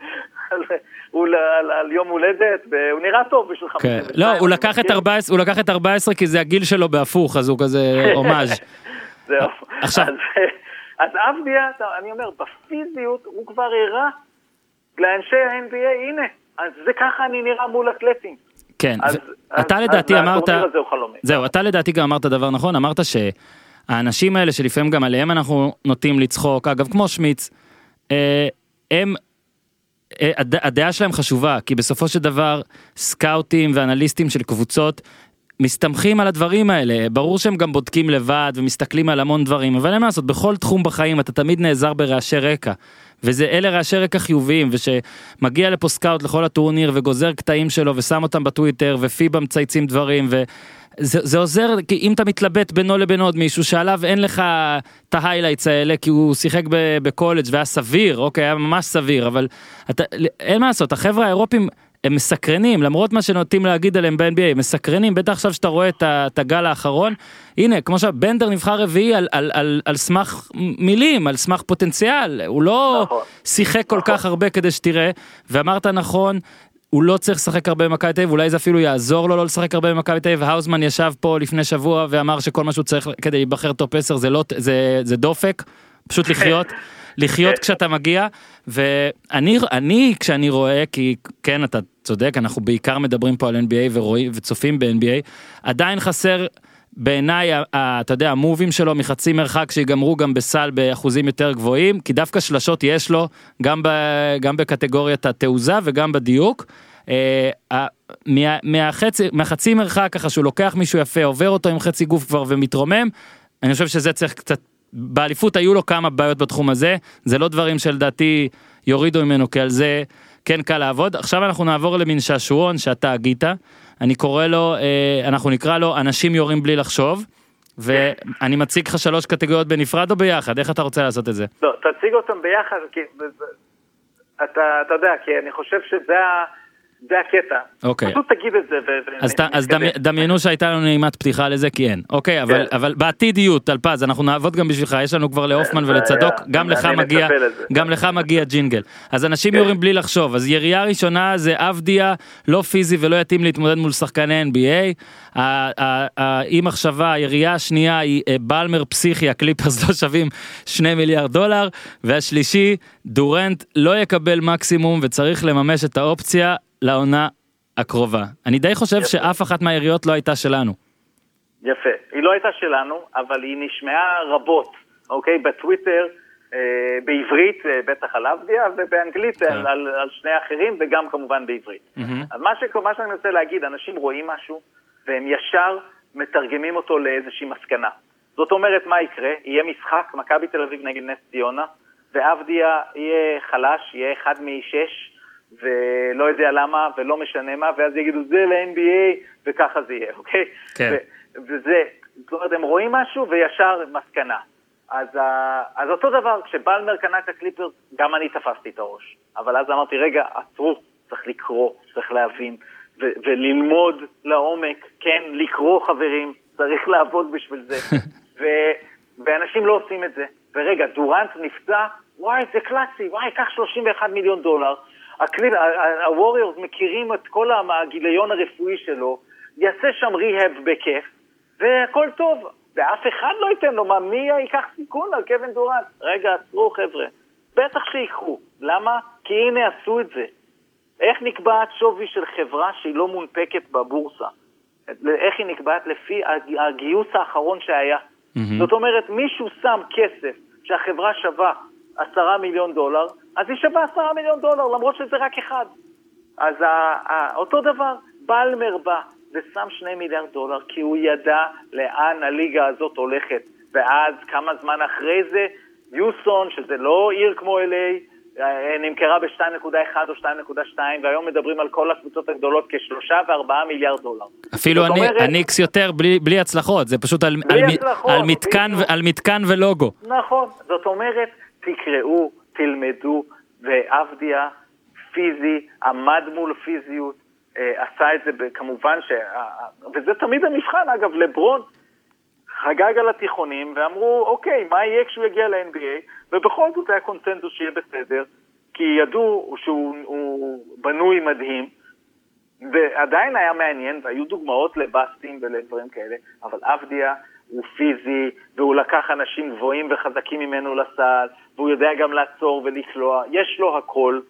על יום הולדת, והוא נראה טוב בשביל 52. לא, הוא לקח את 14 כי זה הגיל שלו בהפוך, אז הוא כזה אומאז'. זהו. אז אבדיה, אני אומר, בפיזיות הוא כבר הראה לאנשי ה-NBA, הנה, אז זה ככה אני נראה מול אתלטים. כן, אתה לדעתי אמרת, זהו, אתה לדעתי גם אמרת דבר נכון, אמרת שהאנשים האלה שלפעמים גם עליהם אנחנו נוטים לצחוק, אגב כמו שמיץ, הדעה שלהם חשובה, כי בסופו של דבר סקאוטים ואנליסטים של קבוצות מסתמכים על הדברים האלה, ברור שהם גם בודקים לבד ומסתכלים על המון דברים, אבל אין מה לעשות, בכל תחום בחיים אתה תמיד נעזר ברעשי רקע, אלה רעשי רקע חיוביים, ושמגיע לפה סקאוט לכל הטורניר וגוזר קטעים שלו ושם אותם בטוויטר ופיבה מצייצים דברים, וזה עוזר, כי אם אתה מתלבט בינו לבין עוד מישהו שעליו אין לך את ההיילייטס האלה, כי הוא שיחק בקולג' והיה סביר, אוקיי, היה ממש סביר, אבל אין מה לעשות, החבר'ה האירופים הם מסקרנים, למרות מה שנוטים להגיד עליהם ב-NBA, הם מסקרנים, בטח עכשיו שאתה רואה את הגל האחרון, הנה, כמו שבנדר נבחר רביעי על סמך מילים, על סמך פוטנציאל, הוא לא שיחק כל כך הרבה כדי שתראה, ואמרת נכון, הוא לא צריך לשחק הרבה במכבי תל אביב, אולי זה אפילו יעזור לו לא לשחק הרבה במכבי תל אביב, האוזמן ישב פה לפני שבוע ואמר שכל מה שהוא צריך כדי להיבחר טופ 10 זה דופק, פשוט לחיות כשאתה מגיע, ואני כשאני רואה, כי כן אתה צודק, אנחנו בעיקר מדברים פה על NBA ורואים וצופים ב-NBA, עדיין חסר בעיניי, אתה יודע, המובים שלו מחצי מרחק שיגמרו גם בסל באחוזים יותר גבוהים, כי דווקא שלשות יש לו, גם בקטגוריית התעוזה וגם בדיוק, מהחצי מרחק ככה שהוא לוקח מישהו יפה, עובר אותו עם חצי גוף כבר ומתרומם, אני חושב שזה צריך קצת, באליפות היו לו כמה בעיות בתחום הזה, זה לא דברים שלדעתי יורידו ממנו, כי על זה כן קל לעבוד. עכשיו אנחנו נעבור למין שעשועון שאתה הגית, אני קורא לו, אנחנו נקרא לו אנשים יורים בלי לחשוב, ואני מציג לך 3 קטגוריות בנפרד או ביחד, איך אתה רוצה לעשות את זה? לא, תציג אותם ביחד, כי אתה יודע, כי אני חושב זה הקטע. אוקיי. פשוט תגיד את זה. אז דמיינו שהייתה לנו נעימת פתיחה לזה, כי אין. אוקיי, אבל בעתיד יהיו, טלפז, אנחנו נעבוד גם בשבילך, יש לנו כבר לאופמן ולצדוק, גם לך מגיע ג'ינגל. אז אנשים יורים בלי לחשוב, אז ירייה ראשונה זה אבדיה, לא פיזי ולא יתאים להתמודד מול שחקני NBA, עם מחשבה, הירייה השנייה היא בלמר פסיכי, הקליפרס לא שווים $2 מיליארד, והשלישי, דורנט לא יקבל מקסימום וצריך לממש את האופציה לעונה הקרובה. אני די חושב שאף אחת מהיריות לא הייתה שלנו. יפה, היא לא הייתה שלנו, אבל היא נשמעה רבות, אוקיי? בטוויטר, בעברית, בטח על אבדיה, ובאנגלית על שני אחרים, וגם כמובן בעברית. אז מה שאני רוצה להגיד, אנשים רואים משהו, והם ישר מתרגמים אותו לאיזושהי מסקנה. זאת אומרת, מה יקרה? יהיה משחק, מכבי תל אביב נגד נס ציונה, ואבדיה יהיה חלש, יהיה 1 מ-6, ולא יודע למה, ולא משנה מה, ואז יגידו, זה ל-NBA, וככה זה יהיה, אוקיי? כן. וזה, זאת אומרת, הם רואים משהו, וישר מסקנה. אז אותו דבר, כשבלמר קנה את הקליפרס, גם אני תפסתי את הראש. אבל אז אמרתי, רגע, עצרו, צריך לקרוא, צריך להבין, וללמוד לעומק, כן, לקרוא חברים, צריך לעבוד בשביל זה. ואנשים לא עושים את זה. ורגע, דורנט נפצע, וואי, זה קלאסי, וואי, קח $31 מיליון. הווריורס מכירים את כל הגיליון הרפואי שלו, יעשה שם ריהב בכיף, והכל טוב. ואף אחד לא ייתן לו, מי ייקח סיכון על קווין דורנט? רגע, עצרו חבר'ה. בטח שיקחו. למה? כי הנה עשו את זה. איך נקבעת שווי של חברה שהיא לא מונפקת בבורסה? איך היא נקבעת? לפי הגיוס האחרון שהיה. זאת אומרת, מישהו שם כסף שהחברה שווה $10 מיליון, אז היא שווה $10 מיליון, למרות שזה רק אחד. אז אותו דבר, בלמר בא ושם $2 מיליארד, כי הוא ידע לאן הליגה הזאת הולכת. ואז כמה זמן אחרי זה, יוסון, שזה לא עיר כמו LA, נמכרה ב-2.1 או 2.2, והיום מדברים על כל הקבוצות הגדולות כ$3 ו$4 מיליארד. אפילו הניקס יותר בלי הצלחות, זה פשוט על מתקן ולוגו. נכון, זאת אומרת, תקראו, תלמדו, ואבדיה פיזי, עמד מול פיזיות, עשה את זה כמובן, וזה תמיד המבחן, אגב, לברון חגג על התיכונים, ואמרו, אוקיי, מה יהיה כשהוא יגיע ל-NBA, ובכל זאת היה קונצנזוס שיהיה בסדר, כי ידעו שהוא בנוי מדהים, ועדיין היה מעניין, והיו דוגמאות לבסטים ולדברים כאלה, אבל אבדיה הוא פיזי, והוא לקח אנשים גבוהים וחזקים ממנו לסל, והוא יודע גם לעצור ולקלוע, יש לו הכל,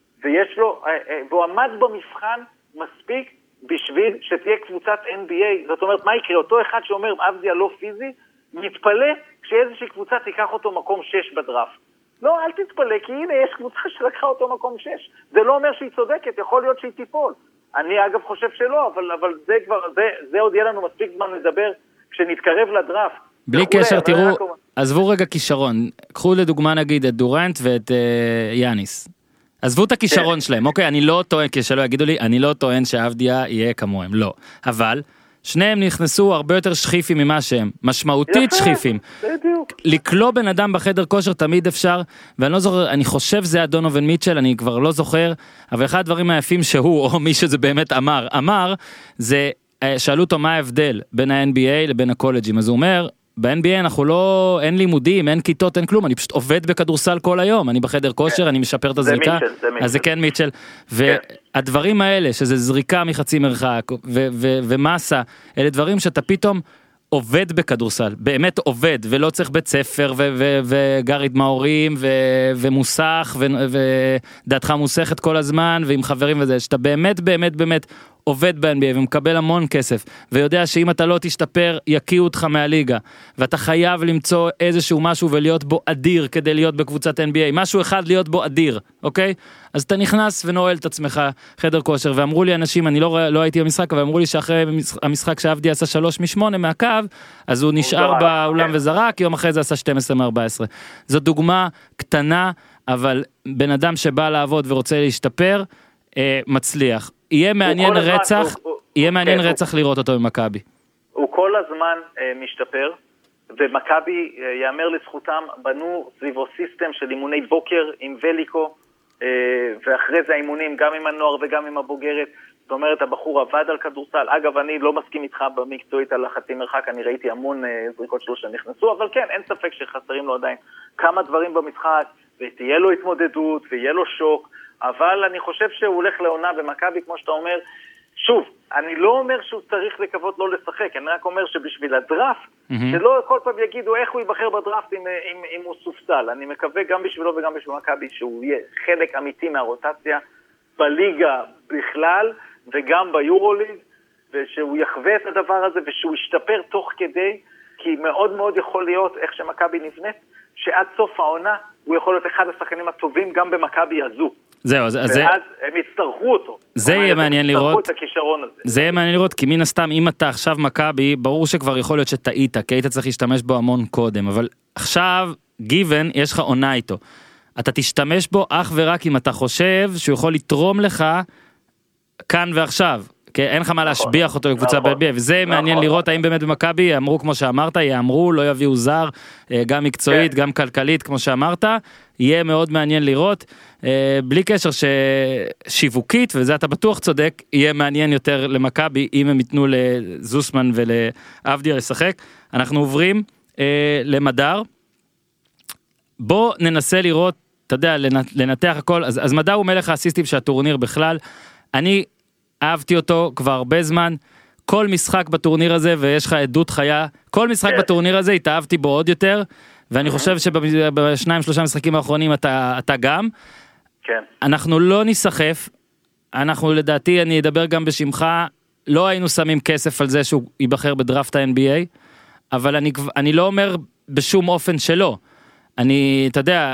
והוא עמד במבחן מספיק בשביל שתהיה קבוצת NBA, זאת אומרת, מה יקרה? אותו אחד שאומר, אבדיה לא פיזי, מתפלא כשאיזושהי קבוצה תיקח אותו מקום 6 בדראפט. לא, אל תתפלא, כי הנה, יש קבוצה שלקחה אותו מקום 6. זה לא אומר שהיא צודקת, יכול להיות שהיא תיפול. אני אגב חושב שלא, אבל זה עוד יהיה לנו מספיק זמן לדבר כשנתקרב לדראפט. בלי קשר, תראו, עזבו רגע כישרון. קחו לדוגמה נגיד את דורנט ואת יאניס. עזבו את הכישרון שלהם, אוקיי, אני לא טוען, כי שלא יגידו לי, אני לא טוען שאבדיה יהיה כמוהם, לא. אבל שניהם נכנסו הרבה יותר שחיפים ממה שהם, משמעותית שחיפים. לקלוא בן אדם בחדר כושר תמיד אפשר, ואני לא זוכר, אני חושב זה הדונובין מיטשל, אני כבר לא זוכר, אבל אחד הדברים היפים שהוא, או מי שזה באמת אמר, זה, שאלו אותו מה ההבדל בין ה-NBA לבין הקולג'ים, אז הוא אומר, ב-NBA אנחנו לא, אין לימודים, אין כיתות, אין כלום, אני פשוט עובד בכדורסל כל היום, אני בחדר כושר, אני משפר את הזריקה, אז זה כן מיטשל, והדברים האלה, שזה זריקה מחצי מרחק, ומסה, אלה דברים שאתה פתאום עובד בכדורסל, באמת עובד, ולא צריך בית ספר, וגר עם ההורים, ומוסך, ודעתך מוסכת כל הזמן, ועם חברים וזה, שאתה באמת, באמת, באמת, עובד ב-NBA ומקבל המון כסף, ויודע שאם אתה לא תשתפר, יקיעו אותך מהליגה, ואתה חייב למצוא איזשהו משהו ולהיות בו אדיר, כדי להיות בקבוצת NBA, משהו אחד להיות בו אדיר, אוקיי? אז אתה נכנס ונועל את עצמך חדר כושר, ואמרו לי אנשים, אני לא הייתי במשחק, אבל אמרו לי שאחרי המשחק שאבדיה עשה 3 מ-8 מהקו, אז הוא נשאר באולם וזרק, יום אחרי זה עשה 12 מ-14. זו דוגמה קטנה, אבל בן אדם שבא לעבוד ורוצה להשתפר, מצליח. יהיה מעניין רצח לראות אותו במכבי. הוא כל הזמן משתפר, ומכבי, יאמר לזכותם, בנו סביבו סיסטם של אימוני בוקר עם וליקו, ואחרי זה האימונים גם עם הנוער וגם עם הבוגרת. זאת אומרת, הבחור עבד על כדורסל. אגב, אני לא מסכים איתך במקצועית על החצי מרחק, אני ראיתי המון זריקות שלו שנכנסו, אבל כן, אין ספק שחסרים לו עדיין כמה דברים במשחק, ותהיה לו התמודדות, ויהיה לו שוק, אבל אני חושב שהוא הולך לעונה במכבי, כמו שאתה אומר. שוב, אני לא אומר שהוא צריך לקוות לא לשחק, אני רק אומר שבשביל הדראפט, שלא כל פעם יגידו איך הוא ייבחר בדראפט אם הוא סופסל. אני מקווה גם בשבילו וגם בשביל מכבי שהוא יהיה חלק אמיתי מהרוטציה בליגה בכלל, וגם ביורוליג, ושהוא יחווה את הדבר הזה, ושהוא ישתפר תוך כדי, כי מאוד מאוד יכול להיות איך שמכבי נבנית, שעד סוף העונה הוא יכול להיות אחד השחקנים הטובים גם במכבי הזו. זהו, ואז הם יצטרכו אותו. זה יהיה מעניין לראות. זה יהיה מעניין לראות, כי מן הסתם, אם אתה עכשיו מכבי, ברור שכבר יכול להיות שטעית, כי היית צריך להשתמש בו המון קודם, אבל עכשיו, גיוון, יש לך עונה איתו. אתה תשתמש בו אך ורק אם אתה חושב שהוא יכול לתרום לך כאן ועכשיו. אין לך מה להשביח אותו לקבוצה ב-NBA, וזה מעניין לראות האם באמת במכבי, אמרו כמו שאמרת, יאמרו, לא יביאו זר, גם מקצועית, גם כלכלית, כמו שאמרת, יהיה מאוד מעניין לראות, בלי קשר ששיווקית, וזה אתה בטוח צודק, יהיה מעניין יותר למכבי, אם הם ייתנו לזוסמן ולאבדיה לשחק. אנחנו עוברים למדר, בוא ננסה לראות, אתה יודע, לנתח הכל, אז מדר הוא מלך האסיסטים של הטורניר בכלל, אני אהבתי אותו כבר הרבה זמן, כל משחק בטורניר הזה, ויש לך עדות חיה, כל משחק בטורניר הזה התאהבתי בו עוד יותר, ואני חושב שב2-3 משחקים האחרונים אתה גם. כן. אנחנו לא נסחף, אנחנו לדעתי, אני אדבר גם בשמך, לא היינו שמים כסף על זה שהוא ייבחר בדראפט ה-NBA, אבל אני לא אומר בשום אופן שלא. אתה יודע,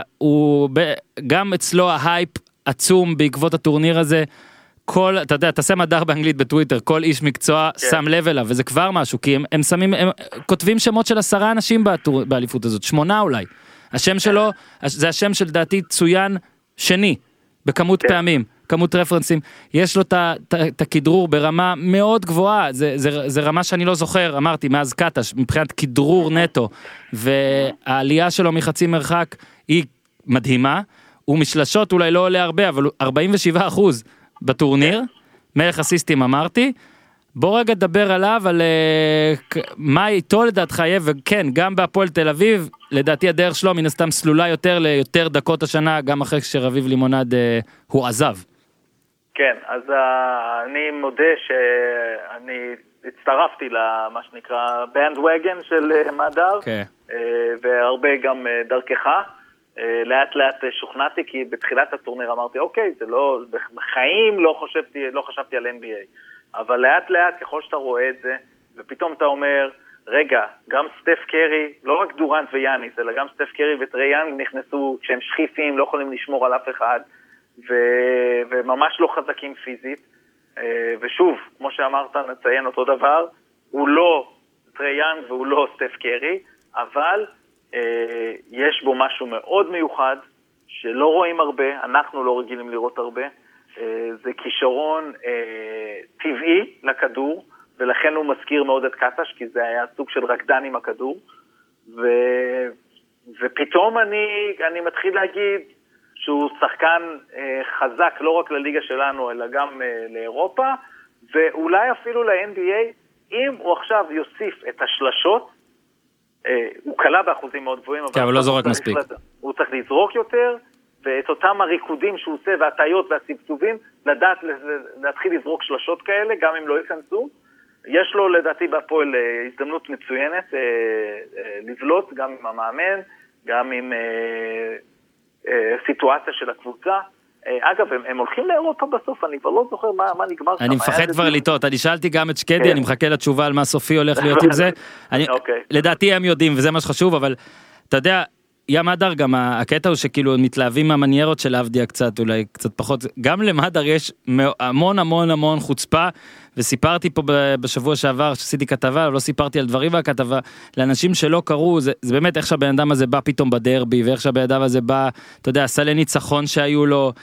גם אצלו ההייפ עצום בעקבות הטורניר הזה, אתה יודע, תעשה מדר באנגלית בטוויטר, כל איש מקצוע שם לב אליו, וזה כבר משהו, כי הם כותבים שמות של 10 אנשים באליפות הזאת, 8 אולי. השם שלו, זה השם של דעתי צוין שני, בכמות פעמים, כמות רפרנסים, יש לו את הכדרור ברמה מאוד גבוהה, זה רמה שאני לא זוכר, אמרתי, מאז קטש, מבחינת כדרור נטו, והעלייה שלו מחצי מרחק היא מדהימה, ומשלשות אולי לא עולה הרבה, אבל 47% בטורניר, מלך אסיסטים אמרתי, בוא רגע נדבר עליו, על מה איתו לדעתך יהיה, וכן, גם בהפועל תל אביב, לדעתי הדרך שלו מן הסתם סלולה יותר ליותר דקות השנה, גם אחרי שרביב לימונד הוא עזב. כן, אז אני מודה שאני הצטרפתי למה שנקרא bandwagon של מדר, והרבה גם דרכך. לאט לאט שוכנעתי, כי בתחילת הטורניר אמרתי, אוקיי, זה לא, בחיים לא חשבתי על NBA. אבל לאט לאט, ככל שאתה רואה את זה, ופתאום אתה אומר, רגע, גם סטף קרי, לא רק דורנט ויאניס, אלא גם סטף קרי וטרי יאנג נכנסו כשהם שחיפים, לא יכולים לשמור על אף אחד, וממש לא חזקים פיזית. ושוב, כמו שאמרת, נציין אותו דבר, הוא לא טרי יאנג והוא לא סטף קרי, אבל יש בו משהו מאוד מיוחד, שלא רואים הרבה, אנחנו לא רגילים לראות הרבה, זה כישרון טבעי לכדור, ולכן הוא מזכיר מאוד את קטש, כי זה היה סוג של רקדן עם הכדור, ופתאום אני מתחיל להגיד שהוא שחקן חזק לא רק לליגה שלנו, אלא גם לאירופה, ואולי אפילו ל-NBA, אם הוא עכשיו יוסיף את השלשות, הוא קלה באחוזים מאוד גבוהים, אבל לא זורק מספיק. הוא צריך לזרוק יותר, ואת אותם הריקודים שהוא עושה, והטעיות והצבצובים, לדעת להתחיל לזרוק שלשות כאלה, גם אם לא ייכנסו. יש לו לדעתי בהפועל הזדמנות מצוינת לבלוט, גם עם המאמן, גם עם סיטואציה של הקבוצה. אגב, הם הולכים לאירופה בסוף, אני כבר לא זוכר מה נגמר. אני מפחד כבר לטעות, אני שאלתי גם את שקדי, אני מחכה לתשובה על מה סופי הולך להיות עם זה. לדעתי הם יודעים, וזה מה שחשוב, אבל אתה יודע, ים מדר גם הקטע הוא שכאילו מתלהבים מהמניירות של אבדיה קצת, אולי קצת פחות, גם למדר יש המון המון המון חוצפה, וסיפרתי פה בשבוע שעבר שעשיתי כתבה, אבל לא סיפרתי על דברים והכתבה, לאנשים שלא קראו, זה באמת איך שהבן אדם הזה בא פתאום בדרבי, ואיך שהבן אדם הזה בא, אתה יודע, סלי ניצחון שהיו לו,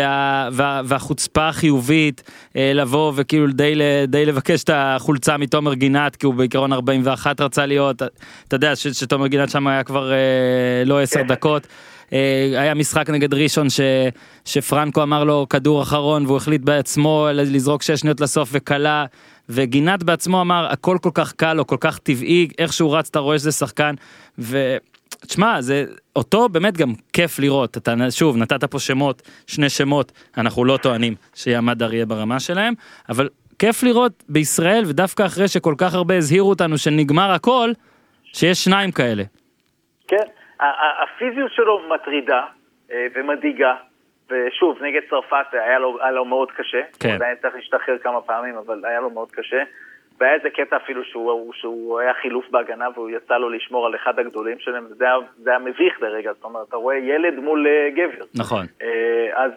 והחוצפה החיובית, לבוא וכאילו די לבקש את החולצה מתומר גינת, כי הוא בעיקרון 41 רצה להיות, אתה יודע שתומר גינת שם היה כבר לא 10 דקות, היה משחק נגד ראשון שפרנקו אמר לו כדור אחרון והוא החליט בעצמו לזרוק 6 שניות לסוף וקלה, וגינת בעצמו אמר הכל כל כך קל או כל כך טבעי, איך שהוא רץ אתה רואה שזה שחקן, ותשמע, זה אותו באמת גם כיף לראות, אתה שוב נתת פה שמות, 2 שמות, אנחנו לא טוענים שימדר יהיה ברמה שלהם, אבל כיף לראות בישראל, ודווקא אחרי שכל כך הרבה הזהירו אותנו שנגמר הכל, שיש 2 כאלה. כן. הפיזיות שלו מטרידה ומדאיגה, ושוב, נגד צרפת היה לו מאוד קשה, הוא עדיין צריך להשתחרר כמה פעמים, אבל היה לו מאוד קשה, והיה איזה קטע אפילו שהוא היה חילוף בהגנה, והוא יצא לו לשמור על אחד הגדולים שלהם, וזה היה מביך לרגע, זאת אומרת, אתה רואה ילד מול גבר. נכון. אז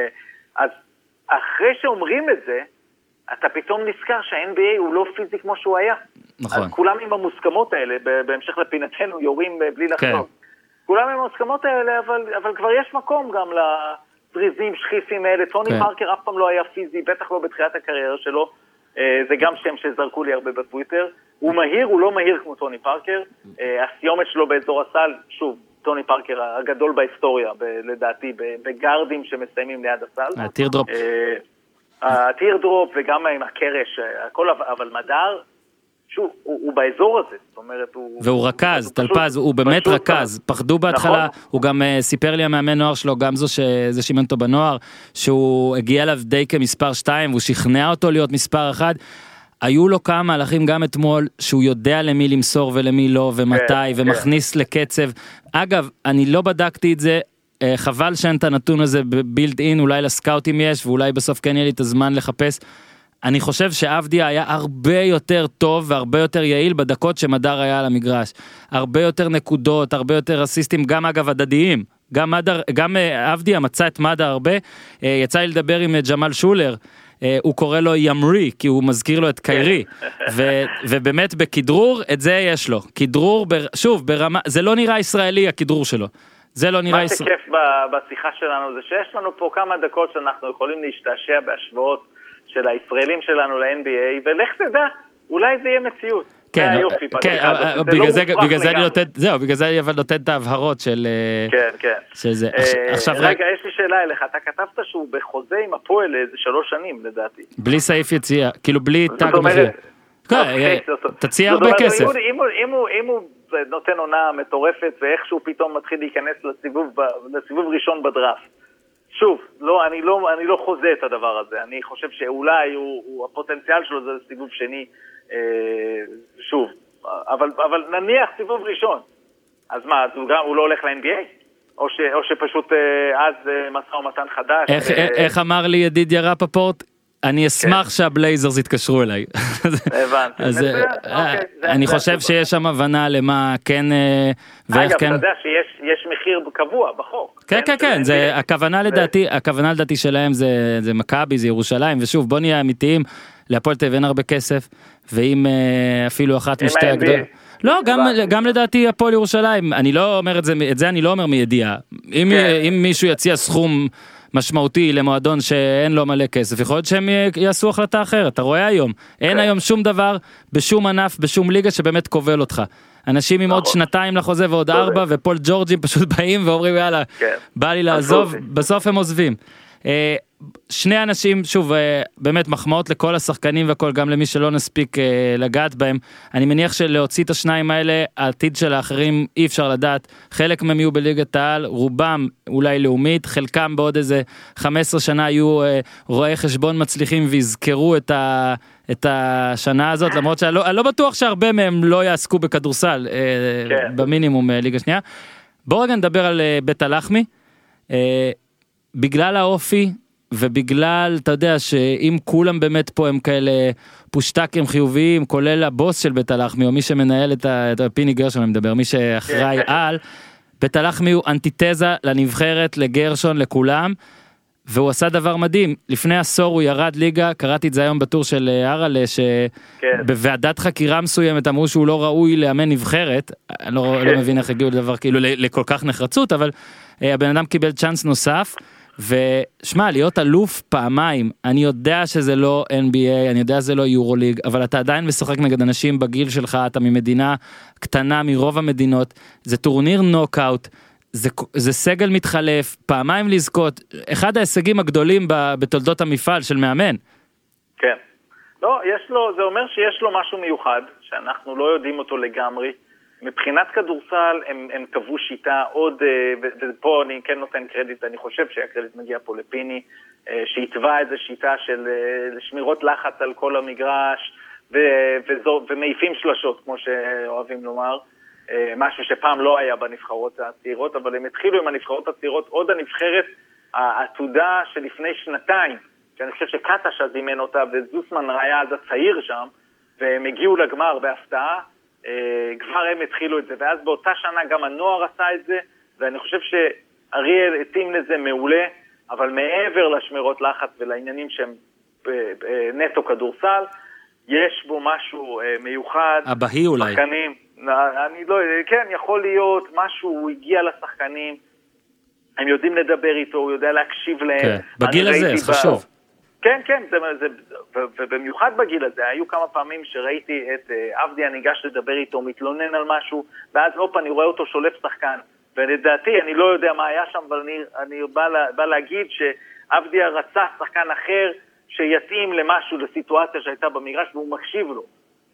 אחרי שאומרים את זה, אתה פתאום נזכר שה-NBA הוא לא פיזי כמו שהוא היה. נכון. אז כולם עם המוסכמות האלה, בהמשך לפינתנו, יורים בלי לחשוב. כולם עם המוסכמות האלה, אבל כבר יש מקום גם לדריזים, שחיפים האלה. טוני פארקר אף פעם לא היה פיזי, בטח לא בתחילת הקריירה שלו. זה גם שם שזרקו לי הרבה בטוויטר. הוא מהיר, הוא לא מהיר כמו טוני פארקר. הסיומת שלו באזור הסל, שוב, טוני פארקר הגדול בהיסטוריה, לדעתי, בגארדים שמסיימים ליד הסל. הטירדרופ. הטירדרופ וגם עם הקרש, הכל, אבל מדר, שוב, הוא באזור הזה, זאת אומרת, והוא רכז, טלפז, הוא באמת רכז, פחדו בהתחלה, הוא גם סיפר לי המאמן נוער שלו, גם זה שימן אותו בנוער, שהוא הגיע אליו די כמספר 2, והוא שכנע אותו להיות מספר 1, היו לו כמה מהלכים גם אתמול, שהוא יודע למי למסור ולמי לא, ומתי, ומכניס לקצב, אגב, אני לא בדקתי את זה, חבל שאין את הנתון הזה בבילד אין, אולי לסקאוטים יש, ואולי בסוף כן יהיה לי את הזמן לחפש, אני חושב שאבדיה היה הרבה יותר טוב והרבה יותר יעיל בדקות שמדר היה על המגרש. הרבה יותר נקודות, הרבה יותר אסיסטים, גם אגב הדדיים. גם אבדיה מצא את מדר הרבה. יצא לי לדבר עם ג'מל שולר, הוא קורא לו ימרי, כי הוא מזכיר לו את קיירי. ובאמת בכדרור, את זה יש לו. כדרור, שוב, ברמה, זה לא נראה ישראלי הכדרור שלו. זה לא נראה ישראלי. מה שכיף בשיחה שלנו זה שיש לנו פה כמה דקות שאנחנו יכולים להשתעשע בהשוואות של הישראלים שלנו ל-NBA, ולך תדע, אולי זה יהיה מציאות. כן, בגלל זה אני נותן, זהו, בגלל זה אני אבל נותן את ההבהרות של... כן. עכשיו רגע, יש לי שאלה אליך, אתה כתבת שהוא בחוזה עם הפועל איזה 3 שנים, לדעתי. בלי סעיף יציאה, כאילו בלי תג מחיר. תציע הרבה כסף. אם הוא נותן עונה מטורפת, ואיכשהו פתאום מתחיל להיכנס לסיבוב ראשון בדראפט. שוב, אני לא חוזה את הדבר הזה, אני חושב שאולי הפוטנציאל שלו זה סיבוב שני, שוב, אבל נניח סיבוב ראשון, אז מה, הוא לא הולך ל-NBA? או שפשוט אז משא ומתן חדש? איך אמר לי ידידיה רפפורט? אני אשמח שהבלייזרס יתקשרו אליי. הבנתי. אני חושב שיש שם הבנה למה כן ואיך כן. אגב, אתה יודע שיש מחיר קבוע בחוק. כן, הכוונה לדעתי שלהם זה מכבי, זה ירושלים, ושוב, בוא נהיה אמיתיים, להפועל תל אביב אין הרבה כסף, ואם אפילו אחת משתי הגדולות. לא, גם לדעתי הפועל ירושלים, אני לא אומר את זה אני לא אומר מידיעה. אם מישהו יציע סכום משמעותי למועדון שאין לו מלא כסף, יכול להיות שהם יעשו החלטה אחרת. אתה רואה היום, אין היום שום דבר בשום ענף, בשום ליגה שבאמת כובל אותך. אנשים עם עוד 2 לחוזה ועוד 4, ופול ג'ורג'ים פשוט באים ואומרים יאללה, בא לי לעזוב, בסוף הם עוזבים. שני אנשים, שוב, באמת מחמאות לכל השחקנים והכל, גם למי שלא נספיק לגעת בהם. אני מניח שלהוציא את השניים האלה, העתיד של האחרים אי אפשר לדעת. חלק מהם יהיו בליגת העל, רובם אולי לאומית, חלקם בעוד איזה 15 שנה יהיו רואי חשבון מצליחים ויזכרו את השנה הזאת, למרות שאני לא בטוח שהרבה מהם לא יעסקו בכדורסל, במינימום ליגה שנייה. בואו רגע נדבר על בית הלחמי. בגלל האופי, ובגלל, אתה יודע, שאם כולם באמת פה הם כאלה פושטקים חיוביים, כולל הבוס של בית הלחמי, או מי שמנהל את פיני גרשון, אני מדבר, מי שאחראי על, בית הלחמי הוא אנטיתזה לנבחרת, לגרשון, לכולם, והוא עשה דבר מדהים. לפני עשור הוא ירד ליגה, קראתי את זה היום בטור של הרלה, שבוועדת חקירה מסוימת אמרו שהוא לא ראוי לאמן נבחרת, אני לא מבין איך הגיעו לדבר כאילו לכל כך נחרצות, אבל הבן אדם קיבל צ'אנס נוסף, ושמע, להיות אלוף פעמיים, אני יודע שזה לא NBA, אני יודע שזה לא יורוליג, אבל אתה עדיין משחק נגד אנשים בגיל שלך, אתה ממדינה קטנה מרוב המדינות, זה טורניר נוקאוט, זה סגל מתחלף, פעמיים לזכות, אחד ההישגים הגדולים בתולדות המפעל של מאמן. כן, לא, זה אומר שיש לו משהו מיוחד, שאנחנו לא יודעים אותו לגמרי, מבחינת כדורסל הם קבעו שיטה עוד, ופה אני כן נותן קרדיט, אני חושב שהקרדיט מגיע פה לפיני, שהתווה איזו שיטה של שמירות לחץ על כל המגרש, ומעיפים שלשות, כמו שאוהבים לומר, משהו שפעם לא היה בנבחרות הצעירות, אבל הם התחילו עם הנבחרות הצעירות, עוד הנבחרת העתודה שלפני 2 שאני חושב שקטש אז אימן אותה, וזוסמן היה אז הצעיר שם, והם הגיעו לגמר בהפתעה, כבר הם התחילו את זה, ואז באותה שנה גם הנוער עשה את זה, ואני חושב שאריאל התאים לזה מעולה, אבל מעבר לשמירות לחץ ולעניינים שהם נטו כדורסל, יש בו משהו מיוחד. הבהי אולי. שחקנים, אני לא, כן, יכול להיות משהו, הוא הגיע לשחקנים, הם יודעים לדבר איתו, הוא יודע להקשיב להם. כן, בגיל הזה, זה חשוב. כן, ובמיוחד בגיל הזה, היו כמה פעמים שראיתי את עבדיה ניגש לדבר איתו, מתלונן על משהו, ואז אופ, אני רואה אותו שולף שחקן, ולדעתי, אני לא יודע מה היה שם, אבל אני בא להגיד שעבדיה רצה שחקן אחר, שיתאים למשהו, לסיטואציה שהייתה במגרש, והוא מקשיב לו.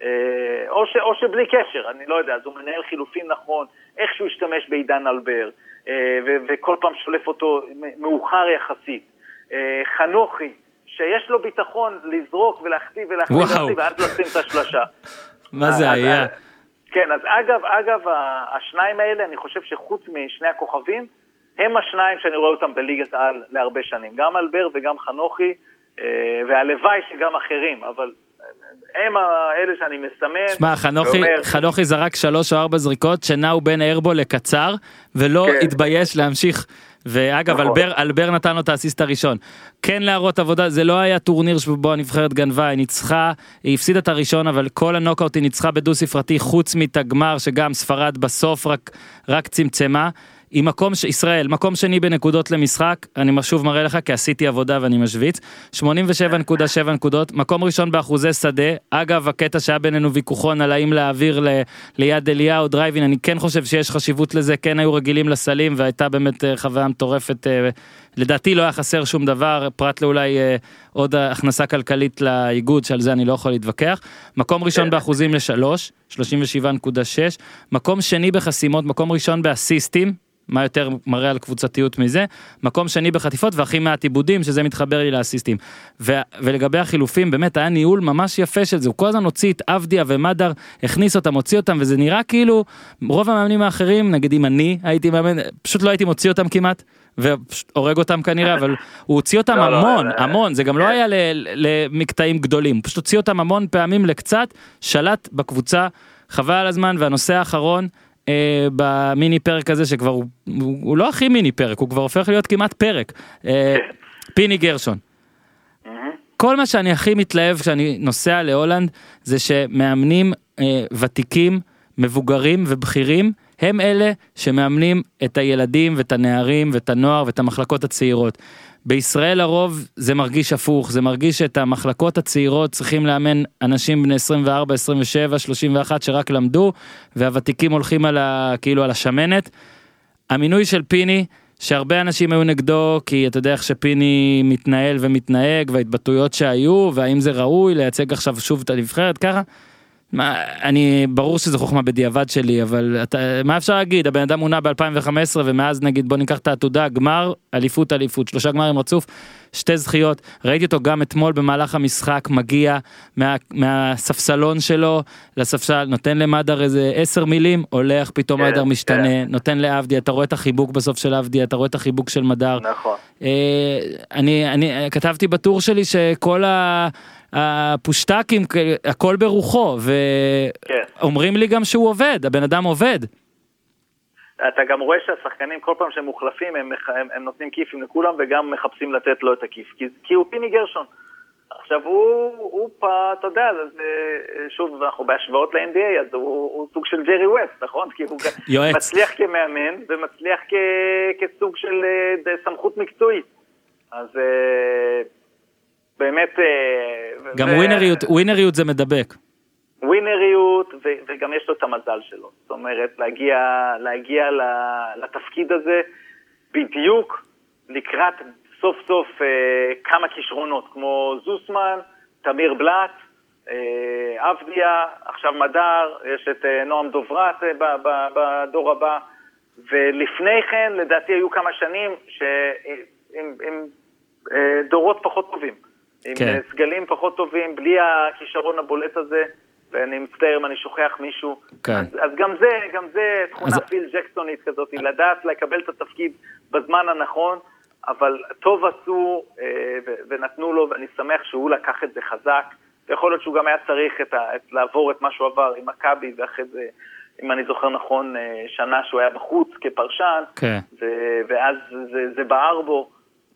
או שבלי קשר, אני לא יודע, אז הוא מנהל חילופים נכון, איך שהוא השתמש בעידן אלבר, וכל פעם שולף אותו מאוחר יחסית. חנוכי, שיש לו ביטחון לזרוק ולהחטיא ואז לשים את השלשה. מה זה היה? כן, אז אגב, השניים האלה, אני חושב שחוץ משני הכוכבים, הם השניים שאני רואה אותם בליגת העל להרבה שנים. גם אלבר וגם חנוכי, והלוואי שגם אחרים, אבל הם האלה שאני מסמן. שמע, חנוכי זרק 3 או 4 זריקות, שנעו בין איירבול לקצר, ולא התבייש להמשיך. ואגב, אלבר נתן לו את האסיסט הראשון. כן להראות עבודה, זה לא היה טורניר שבו הנבחרת גנבה, היא ניצחה, היא הפסידה את הראשון, אבל כל הנוקאוט היא ניצחה בדו ספרתי, חוץ מתגמר, שגם ספרד בסוף רק צמצמה. עם ישראל, מקום שני בנקודות למשחק, אני שוב מראה לך כי עשיתי עבודה ואני משוויץ, 87.7 נקודות, מקום ראשון באחוזי שדה, אגב הקטע שהיה בינינו ויכוחון על האם להעביר ליד אליהו דרייבין, אני כן חושב שיש חשיבות לזה, כן היו רגילים לסלים והייתה באמת חוויה מטורפת, לדעתי לא היה חסר שום דבר, פרט לאולי עוד הכנסה כלכלית לאיגוד, שעל זה אני לא יכול להתווכח, מקום ראשון באחוזים ל3, 37.6, מקום שני בחסימות, מקום ראשון באסיסטים, מה יותר מראה על קבוצתיות מזה, מקום שני בחטיפות והכי מעט עיבודים, שזה מתחבר לי לאסיסטים. ולגבי החילופים, באמת היה ניהול ממש יפה של זה, הוא כל הזמן הוציא את אבדיה ומדר, הכניס אותם, הוציא אותם, וזה נראה כאילו, רוב המאמנים האחרים, נגיד אם אני הייתי מאמן, פשוט לא הייתי מוציא אותם כמעט, והורג אותם כנראה, אבל הוא הוציא אותם המון, זה גם לא היה למקטעים גדולים, הוא פשוט הוציא אותם המון פעמים לקצת, שלט בקבוצה, חבל על הזמן, והנושא האחרון, במיני פרק הזה שכבר הוא לא הכי מיני פרק, הוא כבר הופך להיות כמעט פרק, פיני גרשון. כל מה שאני הכי מתלהב כשאני נוסע להולנד, זה שמאמנים ותיקים, מבוגרים ובכירים, הם אלה שמאמנים את הילדים ואת הנערים ואת הנוער ואת המחלקות הצעירות. בישראל הרוב זה מרגיש הפוך, זה מרגיש שאת המחלקות הצעירות צריכים לאמן אנשים בני 24, 27, 31 שרק למדו, והוותיקים הולכים כאילו על השמנת. המינוי של פיני, שהרבה אנשים היו נגדו, כי אתה יודע איך שפיני מתנהל ומתנהג, וההתבטאויות שהיו, והאם זה ראוי לייצג עכשיו שוב את הנבחרת ככה, ברור שזה חוכמה בדיעבד שלי, אבל מה אפשר להגיד? הבן אדם מונה ב-2015, ומאז נגיד בוא ניקח את העתודה, גמר, אליפות, 3 גמרים רצוף, 2 זכיות, ראיתי אותו גם אתמול במהלך המשחק, מגיע מהספסלון שלו לספסל, נותן למדר איזה 10 מילים, הולך, פתאום מדר משתנה, נותן לאבדיה, אתה רואה את החיבוק בסוף של אבדיה, אתה רואה את החיבוק של מדר. נכון. אני כתבתי בטור שלי שכל הפושטקים, הכל ברוחו, ואומרים לי גם שהוא עובד, הבן אדם עובד. אתה גם רואה שהשחקנים כל פעם שהם מוחלפים, הם נותנים כיפים לכולם, וגם מחפשים לתת לו את הכיף, כי הוא פיני גרשון. עכשיו הוא אתה יודע, שוב, אנחנו בהשוואות ל-NBA, אז הוא סוג של ג'רי ווסט, נכון? כי הוא מצליח כמאמן, ומצליח כסוג של סמכות מקצועית. אז באמת גם ווינריות זה מדבק. ווינריות, וגם יש לו את המזל שלו. זאת אומרת, להגיע לתפקיד הזה בדיוק לקראת סוף סוף כמה כישרונות, כמו זוסמן, תמיר בלט, אבדיה, עכשיו מדר, יש את נועם דוברת בדור הבא, ולפני כן, לדעתי היו כמה שנים עם דורות פחות טובים. עם סגלים פחות טובים, בלי הכישרון הבולט הזה, ואני מצטער אם אני שוכח מישהו. אז גם זה תכונה פיל ג'קסונית כזאת, לדעת לקבל את התפקיד בזמן הנכון, אבל טוב עשו ונתנו לו, ואני שמח שהוא לקח את זה חזק, ויכול להיות שהוא גם היה צריך לעבור את מה שהוא עבר עם מכבי, ואחרי זה, אם אני זוכר נכון, שנה שהוא היה בחוץ כפרשן, ואז זה בער בו,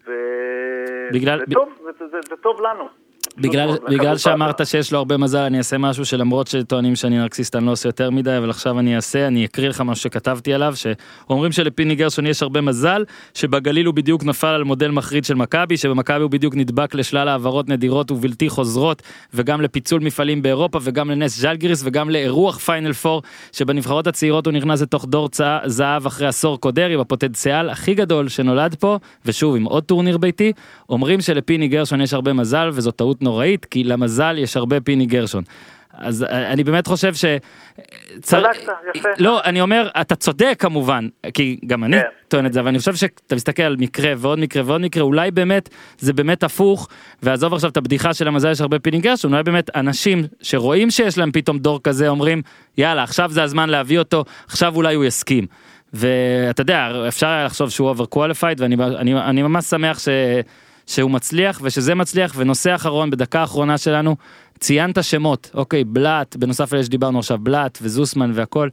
זה טוב לנו. בגלל שאמרת שיש לו הרבה מזל, אני אעשה משהו שלמרות שטוענים שאני נרקסיסט, אני לא עושה יותר מדי, אבל עכשיו אני אקריא לך משהו שכתבתי עליו, שאומרים שלפיני גרשון יש הרבה מזל, שבגליל הוא בדיוק נפל על מודל מחריד של מכבי, שבמכבי הוא בדיוק נדבק לשלל העברות נדירות ובלתי חוזרות, וגם לפיצול מפעלים באירופה, וגם לנס ז'לגיריס, וגם לאירוח פיינל פור, שבנבחרות הצעירות הוא נכנס לתוך דור זהב אחרי עשור קודרי, בפוטנציאל הכי גדול שנולד פה, ושוב עם עוד טורניר ביתי, אומרים שלפיני גרשון יש הרבה מזל, וזו טעות נוראית, כי למזל יש הרבה פיני גרשון. אז אני באמת חושב ש... לא, אני אומר, אתה צודק כמובן, כי גם אני טוען את זה, אבל אני חושב שאתה מסתכל על מקרה ועוד מקרה ועוד מקרה, אולי באמת, זה באמת הפוך, ועזוב עכשיו את הבדיחה של המזל יש הרבה פיני גרשון, אולי באמת אנשים שרואים שיש להם פתאום דור כזה, אומרים, יאללה, עכשיו זה הזמן להביא אותו, עכשיו אולי הוא יסכים. ואתה יודע, אפשר היה לחשוב שהוא overqualified, ואני ממש שמח שהוא מצליח, ושזה מצליח, ונושא אחרון, בדקה האחרונה שלנו, ציינת שמות, אוקיי, בלט, בנוסף אלה שדיברנו עכשיו, בלט וזוסמן והכל,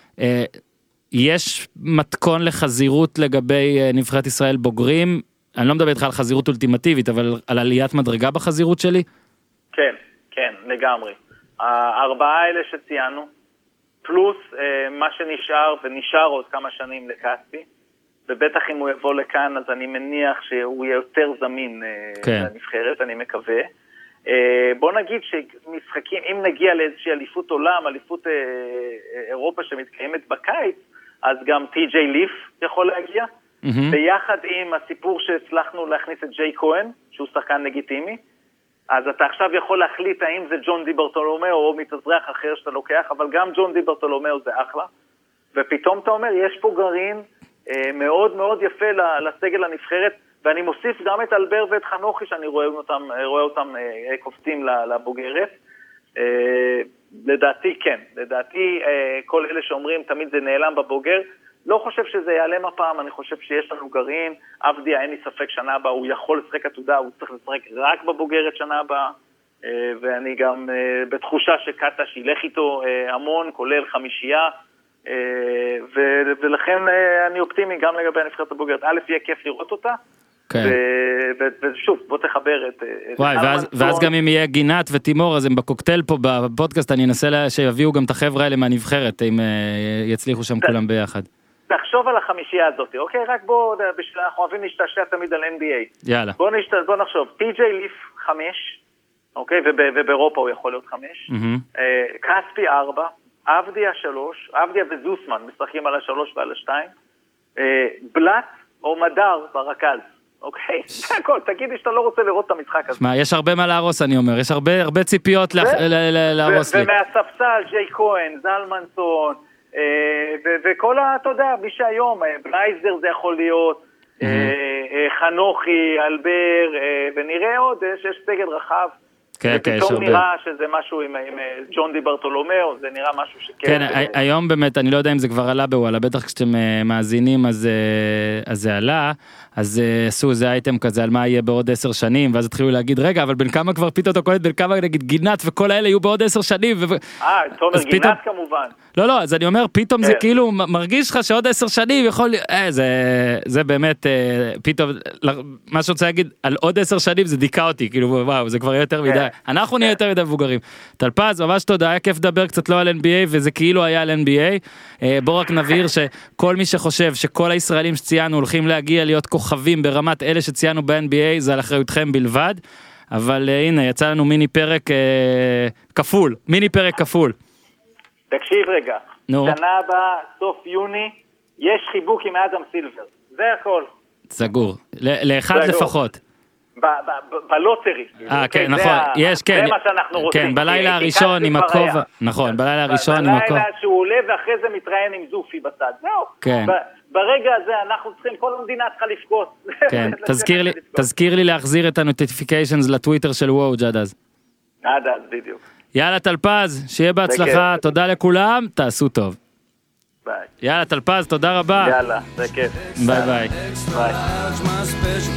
יש מתכון לחזירות לגבי נבחרת ישראל בוגרים, אני לא מדבר איתך על חזירות אולטימטיבית, אבל על עליית מדרגה בחזירות שלי? כן, לגמרי. 4 האלה שציינו, פלוס מה שנשאר, ונשאר עוד כמה שנים לקספי, ובטח אם הוא יבוא לכאן, אז אני מניח שהוא יהיה יותר זמין לנבחרת, אני מקווה. בוא נגיד שמשחקים, אם נגיע לאיזושהי אליפות עולם, אליפות אירופה שמתקיימת בקיץ, אז גם טי.ג'יי ליף יכול להגיע, ביחד עם הסיפור שהצלחנו להכניס את ג'יי כהן, שהוא שחקן לגיטימי, אז אתה עכשיו יכול להחליט האם זה ג'ון די ברטולומיאו או מתאזרח אחר שאתה לוקח, אבל גם ג'ון די ברטולומיאו זה אחלה, ופתאום אתה אומר, יש פה גרעין מאוד מאוד יפה לסגל הנבחרת, ואני מוסיף גם את אלבר ואת חנוכי, שאני רואה אותם קופצים לבוגרת. לדעתי כן, לדעתי כל אלה שאומרים תמיד זה נעלם בבוגר, לא חושב שזה ייעלם הפעם, אני חושב שיש לנו גרעין, עבדיה אין לי ספק שנה הבאה, הוא יכול לשחק עתודה, הוא צריך לשחק רק בבוגרת שנה הבאה, ואני גם בתחושה שקטש ילך איתו המון, כולל חמישייה, ולכן אני אופטימי גם לגבי הנבחרת הבוגרת. א', יהיה כיף לראות אותה, ושוב, בוא תחבר את... וואי, ואז גם אם יהיה גינת ותימור, אז הם בקוקטייל פה בפודקאסט, אני אנסה שיביאו גם את החבר'ה האלה מהנבחרת, אם יצליחו שם כולם ביחד. תחשוב על החמישייה הזאת, אוקיי? רק בוא, אנחנו אוהבים להשתעשע תמיד על NBA. יאללה. בוא נחשוב, טי.ג'יי ליף 5, אוקיי? ובאירופה הוא יכול להיות 5. קספי 4, עבדיה 3, עבדיה וזוסמן משחקים על 3 ועל 2. בלט או מדר ברכז. אוקיי? זה הכל, תגיד לי שאתה לא רוצה לראות את המשחק הזה. יש הרבה מה להרוס, אני אומר, יש הרבה ציפיות להרוס לי. ומהספסל, ג'יי כהן, זלמנסון, וכל אתה יודע, מי שהיום, בלייזר זה יכול להיות, חנוכי, אלבר, ונראה עוד שיש סגל רחב. ופתאום נראה שזה משהו עם ג'ון די ברטולומיאו, זה נראה משהו שכן. כן, היום באמת, אני לא יודע אם זה כבר עלה בוואלה, בטח כשאתם מאזינים אז זה עלה, אז עשו איזה אייטם כזה על מה יהיה בעוד 10 שנים, ואז התחילו להגיד, רגע, אבל בין כמה כבר פתאום אתה קולט, בין כמה נגיד גינת וכל האלה יהיו בעוד 10 שנים. תומר גינת כמובן. לא, אז אני אומר, פתאום זה כאילו מרגיש לך שעוד 10 שנים יכול, זה באמת, פתאום, מה שרוצה להגיד, על עוד 10 שנים זה דיכה אותי, כאילו, וואו, זה כבר יותר מדי. אנחנו נהיה יותר מדי מבוגרים. טלפז, ממש תודה, היה כיף לדבר קצת לא על NBA, וזה כאילו היה על NBA. בוא רק נבהיר שכל מי שחושב שכל הישראלים שציינו הולכים להגיע להיות כוכבים ברמת אלה שציינו ב-NBA, זה על אחריותכם בלבד. אבל הנה, יצא לנו מיני פרק כפול, תקשיב רגע, שנה הבאה, סוף יוני, יש חיבוק עם אדם סילבר, זה הכל. סגור, לאחד לפחות. בלוטרי. כן, נכון, יש, כן. זה מה שאנחנו רוצים. כן, בלילה הראשון עם הכובע, נכון, בלילה הראשון עם הכובע. בלילה שהוא עולה ואחרי זה מתראיין עם זופי בצד, זהו. כן. ברגע הזה אנחנו צריכים, כל המדינה צריכה לפקוס. כן, תזכיר לי להחזיר את הנוטיפיקיישנס לטוויטר של וואו ג'אד אז. עד אז, בדיוק. יאללה טלפז, שיהיה בהצלחה, תודה לכולם, תעשו טוב. ביי. יאללה טלפז, תודה רבה. יאללה, זה כיף. ביי ביי. ביי.